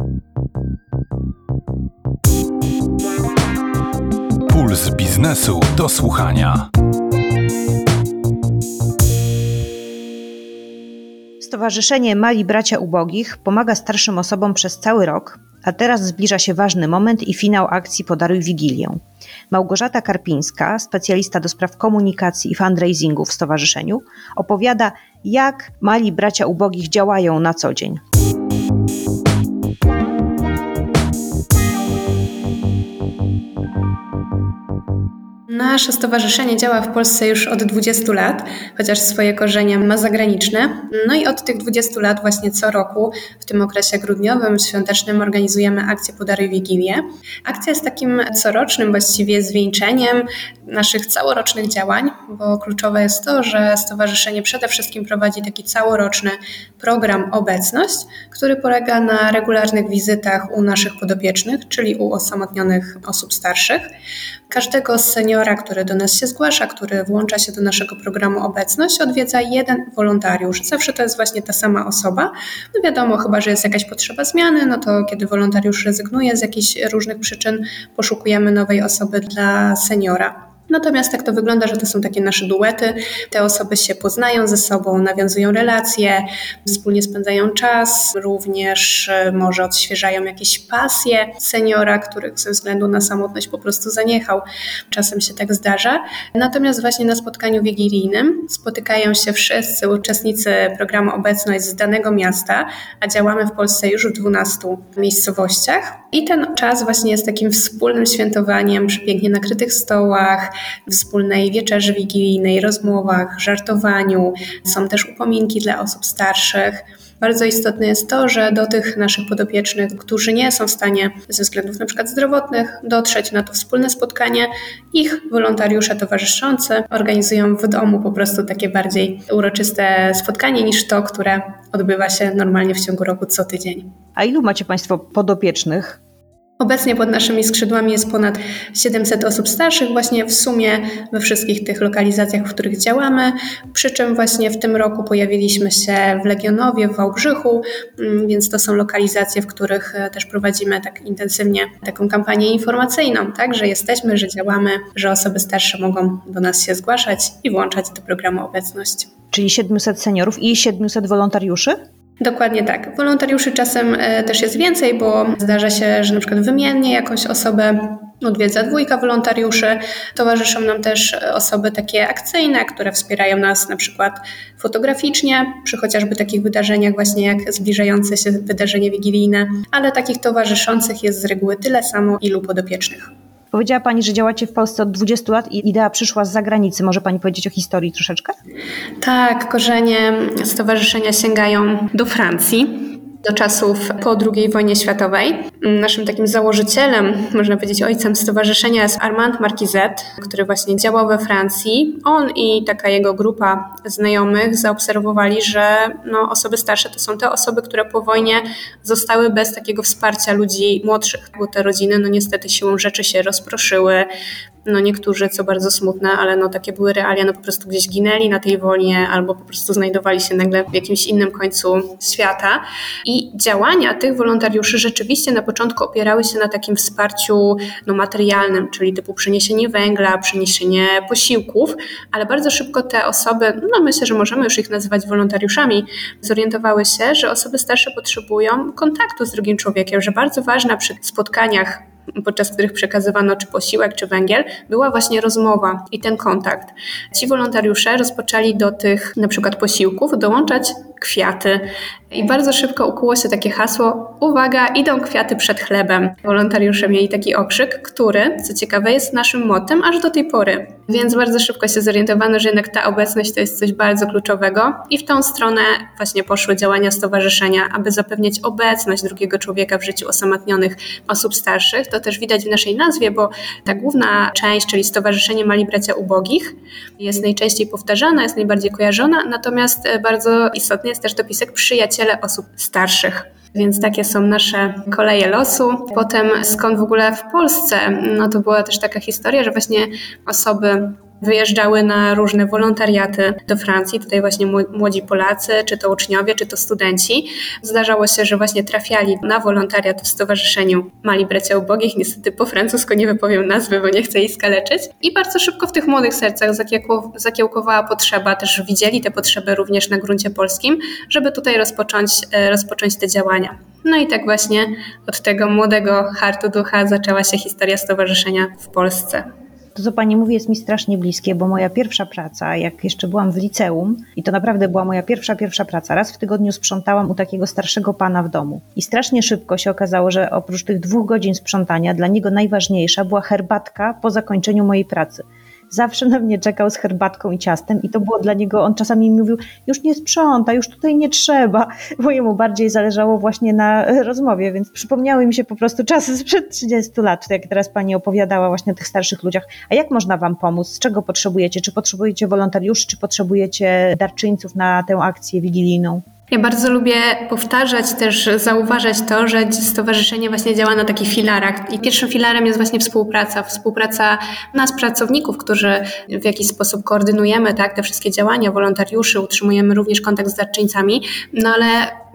Puls biznesu do słuchania. Stowarzyszenie Mali Bracia Ubogich pomaga starszym osobom przez cały rok, a teraz zbliża się ważny moment i finał akcji Podaruj Wigilię. Małgorzata Karpińska, specjalista do spraw komunikacji i fundraisingu w stowarzyszeniu, opowiada, jak Mali Bracia Ubogich działają na co dzień. Nasze stowarzyszenie działa w Polsce już od 20 lat, chociaż swoje korzenie ma zagraniczne. No i od tych 20 lat właśnie co roku w tym okresie grudniowym, świątecznym organizujemy akcję Podaruj Wigilię. Akcja jest takim corocznym właściwie zwieńczeniem naszych całorocznych działań, bo kluczowe jest to, że stowarzyszenie przede wszystkim prowadzi taki całoroczny program Obecność, który polega na regularnych wizytach u naszych podopiecznych, czyli u osamotnionych osób starszych. Każdego seniora, który do nas się zgłasza, który włącza się do naszego programu Obecność, odwiedza jeden wolontariusz. Zawsze to jest właśnie ta sama osoba. No wiadomo, chyba że jest jakaś potrzeba zmiany, no to kiedy wolontariusz rezygnuje z jakichś różnych przyczyn, poszukujemy nowej osoby dla seniora. Natomiast tak to wygląda, że to są takie nasze duety. Te osoby się poznają ze sobą, nawiązują relacje, wspólnie spędzają czas, również może odświeżają jakieś pasje seniora, których ze względu na samotność po prostu zaniechał. Czasem się tak zdarza. Natomiast właśnie na spotkaniu wigilijnym spotykają się wszyscy uczestnicy programu Obecność z danego miasta, a działamy w Polsce już w 12 miejscowościach. I ten czas właśnie jest takim wspólnym świętowaniem przy pięknie nakrytych stołach, wspólnej wieczerzy wigilijnej, rozmowach, żartowaniu. Są też upominki dla osób starszych. Bardzo istotne jest to, że do tych naszych podopiecznych, którzy nie są w stanie ze względów na przykład zdrowotnych dotrzeć na to wspólne spotkanie, ich wolontariusze towarzyszący organizują w domu po prostu takie bardziej uroczyste spotkanie niż to, które odbywa się normalnie w ciągu roku co tydzień. A ilu macie Państwo podopiecznych? Obecnie pod naszymi skrzydłami jest ponad 700 osób starszych właśnie w sumie we wszystkich tych lokalizacjach, w których działamy, przy czym właśnie w tym roku pojawiliśmy się w Legionowie, w Wałbrzychu, więc to są lokalizacje, w których też prowadzimy tak intensywnie taką kampanię informacyjną, tak, że jesteśmy, że działamy, że osoby starsze mogą do nas się zgłaszać i włączać do programu obecność. Czyli 700 seniorów i 700 wolontariuszy? Dokładnie tak. Wolontariuszy czasem też jest więcej, bo zdarza się, że na przykład wymiennie jakąś osobę odwiedza 2 wolontariuszy. Towarzyszą nam też osoby takie akcyjne, które wspierają nas na przykład fotograficznie przy chociażby takich wydarzeniach właśnie jak zbliżające się wydarzenie wigilijne, ale takich towarzyszących jest z reguły tyle samo, ilu podopiecznych. Powiedziała Pani, że działacie w Polsce od 20 lat i idea przyszła z zagranicy. Może Pani powiedzieć o historii troszeczkę? Tak, korzenie stowarzyszenia sięgają do Francji, do czasów po II wojnie światowej. Naszym takim założycielem, można powiedzieć ojcem stowarzyszenia jest Armand Marquisette, który właśnie działał we Francji. On i taka jego grupa znajomych zaobserwowali, że osoby starsze to są te osoby, które po wojnie zostały bez takiego wsparcia ludzi młodszych, bo te rodziny niestety siłą rzeczy się rozproszyły. Niektórzy, co bardzo smutne, ale takie były realia, po prostu gdzieś ginęli na tej wojnie albo po prostu znajdowali się nagle w jakimś innym końcu świata. I działania tych wolontariuszy rzeczywiście na początku opierały się na takim wsparciu materialnym, czyli typu przyniesienie węgla, przyniesienie posiłków, ale bardzo szybko te osoby, myślę, że możemy już ich nazywać wolontariuszami, zorientowały się, że osoby starsze potrzebują kontaktu z drugim człowiekiem, że bardzo ważna przy spotkaniach, podczas których przekazywano czy posiłek, czy węgiel, była właśnie rozmowa i ten kontakt. Ci wolontariusze rozpoczęli do tych na przykład posiłków dołączać kwiaty i bardzo szybko ukuło się takie hasło: uwaga, idą kwiaty przed chlebem. Wolontariusze mieli taki okrzyk, który, co ciekawe, jest naszym mottem aż do tej pory. Więc bardzo szybko się zorientowano, że jednak ta obecność to jest coś bardzo kluczowego i w tą stronę właśnie poszły działania stowarzyszenia, aby zapewniać obecność drugiego człowieka w życiu osamotnionych osób starszych. To też widać w naszej nazwie, bo ta główna część, czyli Stowarzyszenie Mali Bracia Ubogich, jest najczęściej powtarzana, jest najbardziej kojarzona, natomiast bardzo istotny jest też dopisek przyjaciele osób starszych. Więc takie są nasze koleje losu. Potem skąd w ogóle w Polsce? To była też taka historia, że właśnie osoby wyjeżdżały na różne wolontariaty do Francji, tutaj właśnie młodzi Polacy, czy to uczniowie, czy to studenci. Zdarzało się, że właśnie trafiali na wolontariat w Stowarzyszeniu Mali Bracia Ubogich. Niestety po francusku nie wypowiem nazwy, bo nie chcę jej skaleczyć. I bardzo szybko w tych młodych sercach zakiełkowała potrzeba, też widzieli te potrzeby również na gruncie polskim, żeby tutaj rozpocząć te działania. I tak właśnie od tego młodego hartu ducha zaczęła się historia stowarzyszenia w Polsce. To, co Pani mówi, jest mi strasznie bliskie, bo moja pierwsza praca, jak jeszcze byłam w liceum, i to naprawdę była moja pierwsza praca, raz w tygodniu sprzątałam u takiego starszego pana w domu. I strasznie szybko się okazało, że oprócz tych 2 godzin sprzątania, dla niego najważniejsza była herbatka po zakończeniu mojej pracy. Zawsze na mnie czekał z herbatką i ciastem i to było dla niego, on czasami mi mówił: już nie sprząta, już tutaj nie trzeba, bo jemu bardziej zależało właśnie na rozmowie, więc przypomniały mi się po prostu czasy sprzed 30 lat, jak teraz Pani opowiadała właśnie o tych starszych ludziach. A jak można Wam pomóc? Z czego potrzebujecie? Czy potrzebujecie wolontariuszy, czy potrzebujecie darczyńców na tę akcję wigilijną? Ja bardzo lubię powtarzać, też zauważać to, że stowarzyszenie właśnie działa na takich filarach. I pierwszym filarem jest właśnie współpraca nas, pracowników, którzy w jakiś sposób koordynujemy te wszystkie działania, wolontariuszy, utrzymujemy również kontakt z darczyńcami, ale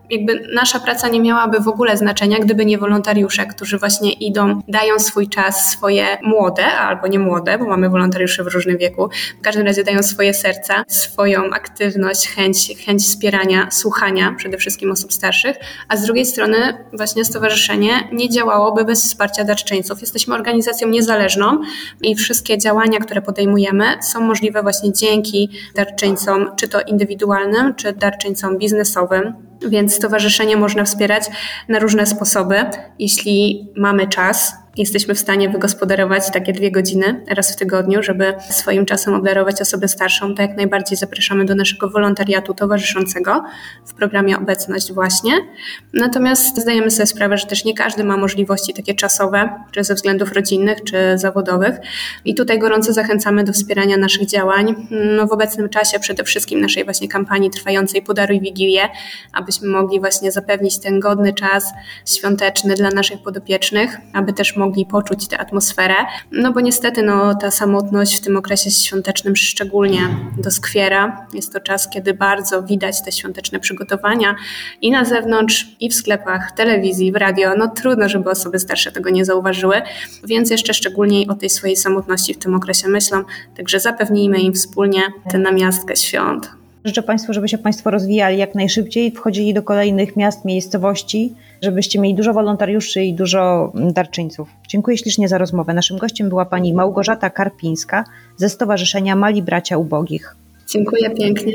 nasza praca nie miałaby w ogóle znaczenia, gdyby nie wolontariusze, którzy właśnie idą, dają swój czas, swoje młode albo nie młode, bo mamy wolontariuszy w różnym wieku, w każdym razie dają swoje serca, swoją aktywność, chęć wspierania, słuchania przede wszystkim osób starszych, a z drugiej strony właśnie stowarzyszenie nie działałoby bez wsparcia darczyńców. Jesteśmy organizacją niezależną i wszystkie działania, które podejmujemy, są możliwe właśnie dzięki darczyńcom, czy to indywidualnym, czy darczyńcom biznesowym. Więc stowarzyszenie można wspierać na różne sposoby. Jeśli mamy czas, jesteśmy w stanie wygospodarować takie 2 godziny raz w tygodniu, żeby swoim czasem obdarować osobę starszą, to jak najbardziej zapraszamy do naszego wolontariatu towarzyszącego w programie Obecność właśnie. Natomiast zdajemy sobie sprawę, że też nie każdy ma możliwości takie czasowe, czy ze względów rodzinnych, czy zawodowych. I tutaj gorąco zachęcamy do wspierania naszych działań. W obecnym czasie przede wszystkim naszej właśnie kampanii trwającej Podaruj Wigilię, abyśmy mogli właśnie zapewnić ten godny czas świąteczny dla naszych podopiecznych, aby też mogli poczuć tę atmosferę. Bo niestety ta samotność w tym okresie świątecznym szczególnie doskwiera. Jest to czas, kiedy bardzo widać te świąteczne przygotowania i na zewnątrz, i w sklepach, telewizji, w radio. Trudno, żeby osoby starsze tego nie zauważyły, więc jeszcze szczególniej o tej swojej samotności w tym okresie myślą. Także zapewnijmy im wspólnie tę namiastkę świąt. Życzę Państwu, żeby się Państwo rozwijali jak najszybciej, wchodzili do kolejnych miast, miejscowości, żebyście mieli dużo wolontariuszy i dużo darczyńców. Dziękuję ślicznie za rozmowę. Naszym gościem była pani Małgorzata Karpińska ze Stowarzyszenia Mali Bracia Ubogich. Dziękuję pięknie.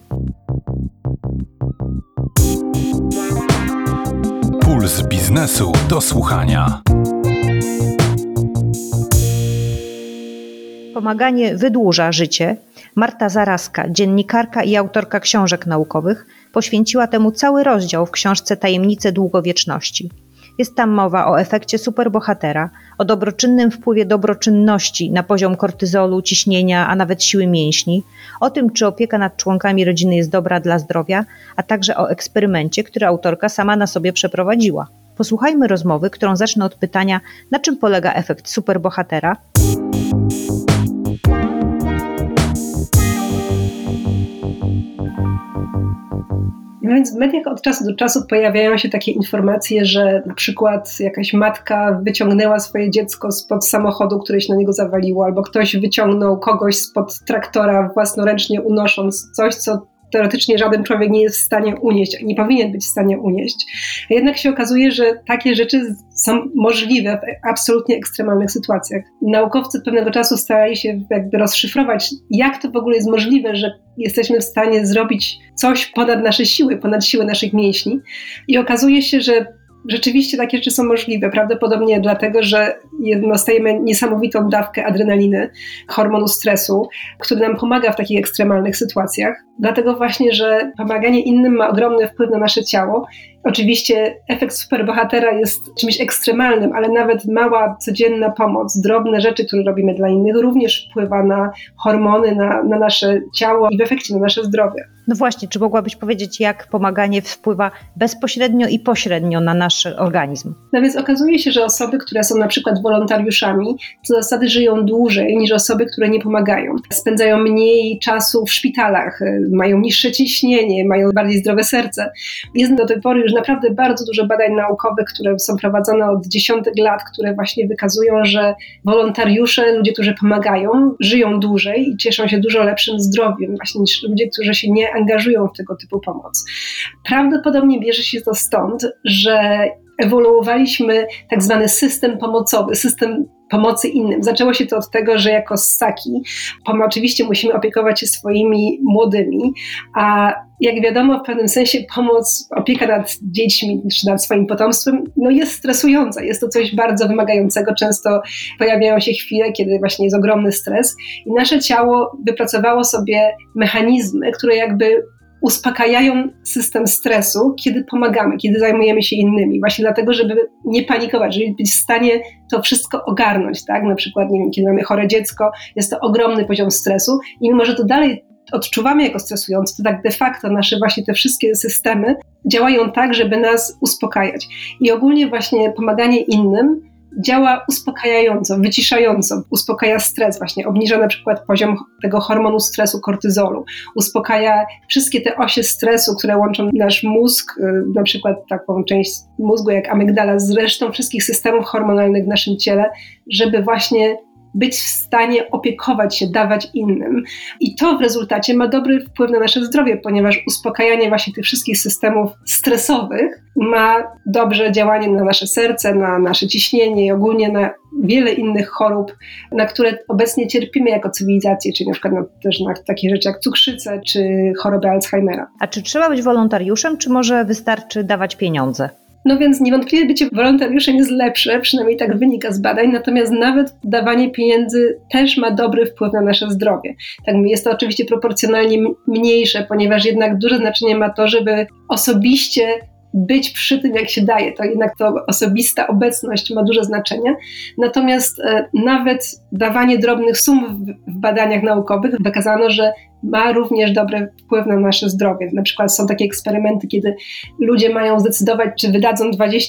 Puls biznesu do słuchania. Pomaganie wydłuża życie. Marta Zaraska, dziennikarka i autorka książek naukowych, poświęciła temu cały rozdział w książce Tajemnice długowieczności. Jest tam mowa o efekcie superbohatera, o dobroczynnym wpływie dobroczynności na poziom kortyzolu, ciśnienia, a nawet siły mięśni, o tym, czy opieka nad członkami rodziny jest dobra dla zdrowia, a także o eksperymencie, który autorka sama na sobie przeprowadziła. Posłuchajmy rozmowy, którą zacznę od pytania, na czym polega efekt superbohatera. No więc w mediach od czasu do czasu pojawiają się takie informacje, że na przykład jakaś matka wyciągnęła swoje dziecko spod samochodu, które się na niego zawaliło, albo ktoś wyciągnął kogoś spod traktora własnoręcznie unosząc coś, co teoretycznie żaden człowiek nie jest w stanie unieść, nie powinien być w stanie unieść. A jednak się okazuje, że takie rzeczy są możliwe w absolutnie ekstremalnych sytuacjach. Naukowcy pewnego czasu starali się jakby rozszyfrować, jak to w ogóle jest możliwe, że jesteśmy w stanie zrobić coś ponad nasze siły, ponad siły naszych mięśni. I okazuje się, że rzeczywiście takie rzeczy są możliwe. Prawdopodobnie dlatego, że dostajemy niesamowitą dawkę adrenaliny, hormonu stresu, który nam pomaga w takich ekstremalnych sytuacjach. Dlatego właśnie, że pomaganie innym ma ogromny wpływ na nasze ciało. Oczywiście efekt superbohatera jest czymś ekstremalnym, ale nawet mała, codzienna pomoc, drobne rzeczy, które robimy dla innych, również wpływa na hormony, na nasze ciało i w efekcie na nasze zdrowie. No właśnie, czy mogłabyś powiedzieć, jak pomaganie wpływa bezpośrednio i pośrednio na nasz organizm? No więc okazuje się, że osoby, które są na przykład wolontariuszami, co do zasady żyją dłużej niż osoby, które nie pomagają. Spędzają mniej czasu w szpitalach, mają niższe ciśnienie, mają bardziej zdrowe serce. Jest do tej pory już naprawdę bardzo dużo badań naukowych, które są prowadzone od dziesiątek lat, które właśnie wykazują, że wolontariusze, ludzie, którzy pomagają, żyją dłużej i cieszą się dużo lepszym zdrowiem właśnie niż ludzie, którzy się nie angażują w tego typu pomoc. Prawdopodobnie bierze się to stąd, że ewoluowaliśmy tak zwany system pomocowy, system pomocy innym. Zaczęło się to od tego, że jako ssaki oczywiście musimy opiekować się swoimi młodymi, a jak wiadomo, w pewnym sensie opieka nad dziećmi czy nad swoim potomstwem jest stresująca. Jest to coś bardzo wymagającego. Często pojawiają się chwile, kiedy właśnie jest ogromny stres i nasze ciało wypracowało sobie mechanizmy, które jakby uspokajają system stresu, kiedy pomagamy, kiedy zajmujemy się innymi. Właśnie dlatego, żeby nie panikować, żeby być w stanie to wszystko ogarnąć, tak? Na przykład, nie wiem, kiedy mamy chore dziecko, jest to ogromny poziom stresu i mimo, że to dalej odczuwamy jako stresujące, to tak de facto nasze właśnie te wszystkie systemy działają tak, żeby nas uspokajać. I ogólnie właśnie pomaganie innym działa uspokajająco, wyciszająco, uspokaja stres właśnie, obniża na przykład poziom tego hormonu stresu, kortyzolu, uspokaja wszystkie te osie stresu, które łączą nasz mózg, na przykład taką część mózgu jak amygdala z resztą wszystkich systemów hormonalnych w naszym ciele, żeby właśnie być w stanie opiekować się, dawać innym. I to w rezultacie ma dobry wpływ na nasze zdrowie, ponieważ uspokajanie właśnie tych wszystkich systemów stresowych ma dobrze działanie na nasze serce, na nasze ciśnienie i ogólnie na wiele innych chorób, na które obecnie cierpimy jako cywilizację, czyli na przykład też na takie rzeczy jak cukrzycę czy chorobę Alzheimera. A czy trzeba być wolontariuszem, czy może wystarczy dawać pieniądze? No więc niewątpliwie bycie wolontariuszem jest lepsze, przynajmniej tak wynika z badań, natomiast nawet dawanie pieniędzy też ma dobry wpływ na nasze zdrowie. Tak, jest to oczywiście proporcjonalnie mniejsze, ponieważ jednak duże znaczenie ma to, żeby osobiście być przy tym, jak się daje. To jednak to osobista obecność ma duże znaczenie. Natomiast nawet dawanie drobnych sum w badaniach naukowych wykazano, że ma również dobry wpływ na nasze zdrowie. Na przykład są takie eksperymenty, kiedy ludzie mają zdecydować, czy wydadzą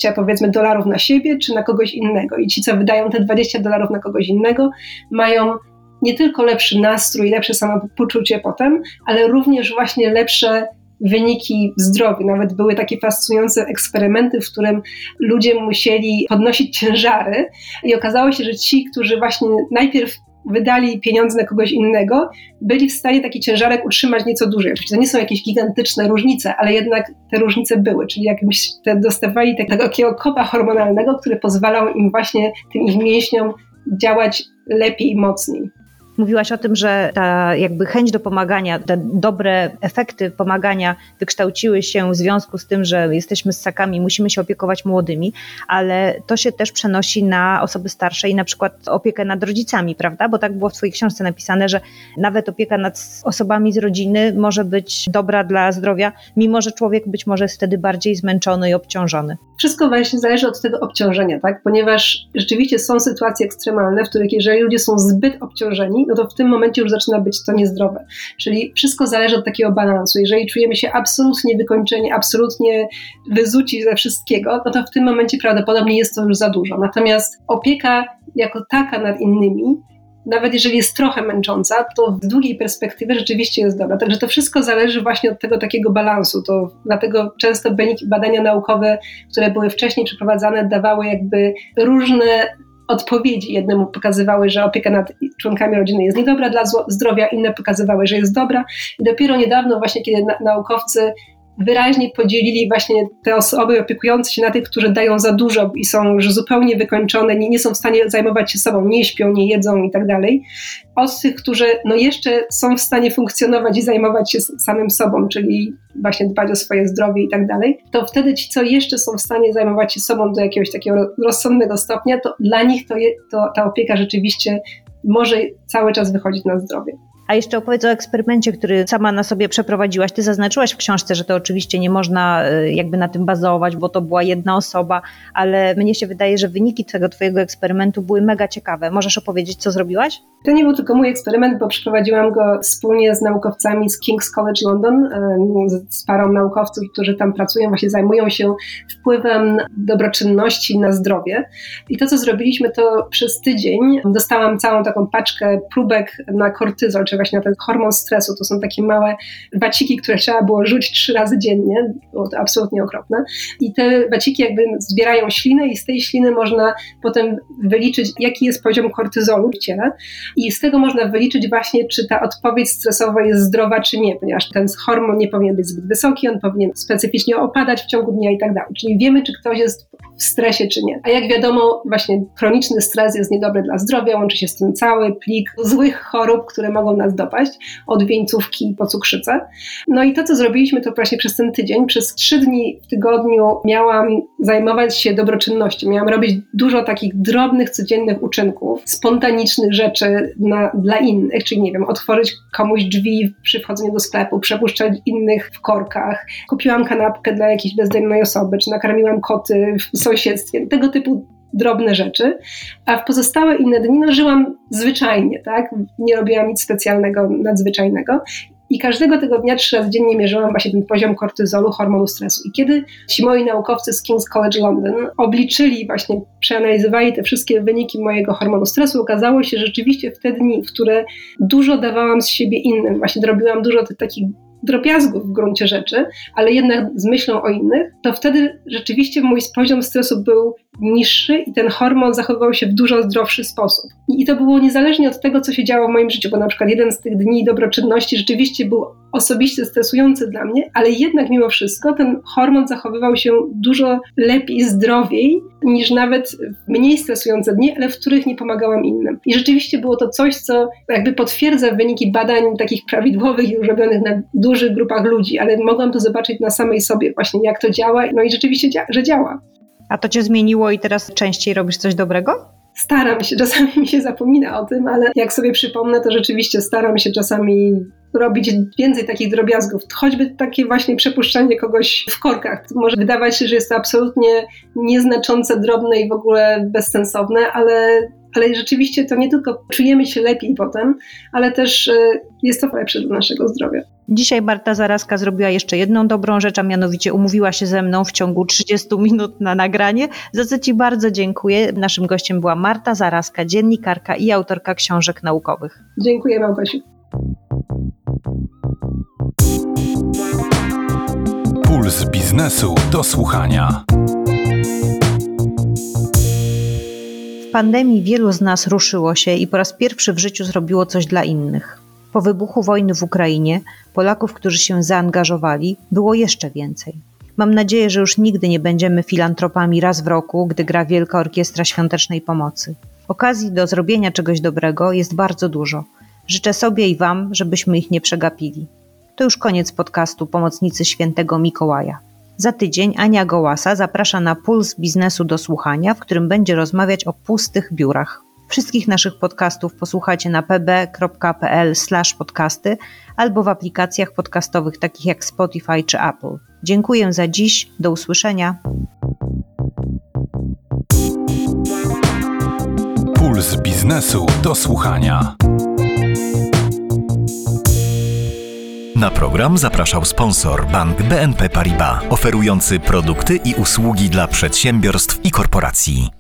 $20 na siebie, czy na kogoś innego. I ci, co wydają te $20 na kogoś innego, mają nie tylko lepszy nastrój, lepsze samopoczucie potem, ale również właśnie lepsze wyniki w zdrowiu. Nawet były takie fascynujące eksperymenty, w którym ludzie musieli podnosić ciężary i okazało się, że ci, którzy właśnie najpierw wydali pieniądze na kogoś innego, byli w stanie taki ciężarek utrzymać nieco dłużej. Oczywiście to nie są jakieś gigantyczne różnice, ale jednak te różnice były, czyli jakimś dostawali takiego kopa hormonalnego, który pozwalał im właśnie, tym ich mięśniom działać lepiej i mocniej. Mówiłaś o tym, że ta jakby chęć do pomagania, te dobre efekty pomagania wykształciły się w związku z tym, że jesteśmy ssakami, musimy się opiekować młodymi, ale to się też przenosi na osoby starsze i na przykład opiekę nad rodzicami, prawda? Bo tak było w twojej książce napisane, że nawet opieka nad osobami z rodziny może być dobra dla zdrowia, mimo że człowiek być może jest wtedy bardziej zmęczony i obciążony. Wszystko właśnie zależy od tego obciążenia, tak? Ponieważ rzeczywiście są sytuacje ekstremalne, w których jeżeli ludzie są zbyt obciążeni, no to w tym momencie już zaczyna być to niezdrowe. Czyli wszystko zależy od takiego balansu. Jeżeli czujemy się absolutnie wykończeni, absolutnie wyzuci ze wszystkiego, no to w tym momencie prawdopodobnie jest to już za dużo. Natomiast opieka jako taka nad innymi, nawet jeżeli jest trochę męcząca, to w długiej perspektywie rzeczywiście jest dobra. Także to wszystko zależy właśnie od tego takiego balansu. To dlatego często badania naukowe, które były wcześniej przeprowadzane, dawały jakby różne odpowiedzi. Jedne pokazywały, że opieka nad członkami rodziny jest niedobra dla zdrowia, inne pokazywały, że jest dobra. I dopiero niedawno właśnie, kiedy naukowcy wyraźnie podzielili właśnie te osoby opiekujące się na tych, którzy dają za dużo i są już zupełnie wykończone, nie są w stanie zajmować się sobą, nie śpią, nie jedzą i tak dalej, od tych, którzy jeszcze są w stanie funkcjonować i zajmować się samym sobą, czyli właśnie dbać o swoje zdrowie i tak dalej, to wtedy ci, co jeszcze są w stanie zajmować się sobą do jakiegoś takiego rozsądnego stopnia, to dla nich ta opieka rzeczywiście może cały czas wychodzić na zdrowie. A jeszcze opowiedz o eksperymencie, który sama na sobie przeprowadziłaś. Ty zaznaczyłaś w książce, że to oczywiście nie można jakby na tym bazować, bo to była jedna osoba, ale mnie się wydaje, że wyniki tego twojego eksperymentu były mega ciekawe. Możesz opowiedzieć, co zrobiłaś? To nie był tylko mój eksperyment, bo przeprowadziłam go wspólnie z naukowcami z King's College London, z parą naukowców, którzy tam pracują, właśnie zajmują się wpływem dobroczynności na zdrowie. I to, co zrobiliśmy, to przez tydzień dostałam całą taką paczkę próbek na kortyzol, czy właśnie na ten hormon stresu. To są takie małe waciki, które trzeba było rzucić 3 razy dziennie. Było to absolutnie okropne. I te waciki jakby zbierają ślinę i z tej śliny można potem wyliczyć, jaki jest poziom kortyzolu w ciele. I z tego można wyliczyć właśnie, czy ta odpowiedź stresowa jest zdrowa, czy nie, ponieważ ten hormon nie powinien być zbyt wysoki, on powinien specyficznie opadać w ciągu dnia i tak dalej. Czyli wiemy, czy ktoś jest w stresie, czy nie. A jak wiadomo, właśnie chroniczny stres jest niedobry dla zdrowia, łączy się z tym cały plik złych chorób, które mogą nas dopaść, od wieńcówki po cukrzycę. No i to, co zrobiliśmy, to właśnie przez ten tydzień, przez 3 dni w tygodniu miałam zajmować się dobroczynnością. Miałam robić dużo takich drobnych, codziennych uczynków, spontanicznych rzeczy dla innych, czyli nie wiem, otworzyć komuś drzwi przy wchodzeniu do sklepu, przepuszczać innych w korkach, kupiłam kanapkę dla jakiejś bezdomnej osoby, czy nakarmiłam koty w sąsiedztwie, tego typu drobne rzeczy, a w pozostałe inne dni żyłam zwyczajnie, tak? Nie robiłam nic specjalnego, nadzwyczajnego. I każdego tego dnia 3 razy dziennie mierzyłam właśnie ten poziom kortyzolu, hormonu stresu. I kiedy ci moi naukowcy z King's College London obliczyli, właśnie przeanalizowali te wszystkie wyniki mojego hormonu stresu, okazało się, że rzeczywiście w te dni, w które dużo dawałam z siebie innym, właśnie robiłam dużo tych takich drobiazgów w gruncie rzeczy, ale jednak z myślą o innych, to wtedy rzeczywiście mój poziom stresu był niższy i ten hormon zachowywał się w dużo zdrowszy sposób. I to było niezależnie od tego, co się działo w moim życiu, bo na przykład jeden z tych dni dobroczynności rzeczywiście był osobiście stresujący dla mnie, ale jednak mimo wszystko ten hormon zachowywał się dużo lepiej, zdrowiej niż nawet w mniej stresujące dni, ale w których nie pomagałam innym. I rzeczywiście było to coś, co jakby potwierdza wyniki badań takich prawidłowych i już robionych na dużych grupach ludzi, ale mogłam to zobaczyć na samej sobie właśnie, jak to działa, no i rzeczywiście, że działa. A to cię zmieniło i teraz częściej robisz coś dobrego? Staram się, czasami mi się zapomina o tym, ale jak sobie przypomnę, to rzeczywiście staram się czasami robić więcej takich drobiazgów. Choćby takie właśnie przepuszczanie kogoś w korkach. Może wydawać się, że jest to absolutnie nieznaczące, drobne i w ogóle bezsensowne, ale rzeczywiście to nie tylko czujemy się lepiej potem, ale też jest to lepsze dla naszego zdrowia. Dzisiaj Marta Zaraska zrobiła jeszcze jedną dobrą rzecz, a mianowicie umówiła się ze mną w ciągu 30 minut na nagranie, za co Ci bardzo dziękuję. Naszym gościem była Marta Zaraska, dziennikarka i autorka książek naukowych. Dziękuję, Małgosiu. Puls biznesu do słuchania. W pandemii wielu z nas ruszyło się i po raz pierwszy w życiu zrobiło coś dla innych. Po wybuchu wojny w Ukrainie Polaków, którzy się zaangażowali, było jeszcze więcej. Mam nadzieję, że już nigdy nie będziemy filantropami raz w roku, gdy gra Wielka Orkiestra Świątecznej Pomocy. Okazji do zrobienia czegoś dobrego jest bardzo dużo. Życzę sobie i Wam, żebyśmy ich nie przegapili. To już koniec podcastu Pomocnicy Świętego Mikołaja. Za tydzień Ania Gołasa zaprasza na Puls Biznesu do słuchania, w którym będzie rozmawiać o pustych biurach. Wszystkich naszych podcastów posłuchajcie na pb.pl/podcasty albo w aplikacjach podcastowych takich jak Spotify czy Apple. Dziękuję za dziś, do usłyszenia. Puls biznesu do słuchania. Na program zapraszał sponsor Bank BNP Paribas, oferujący produkty i usługi dla przedsiębiorstw i korporacji.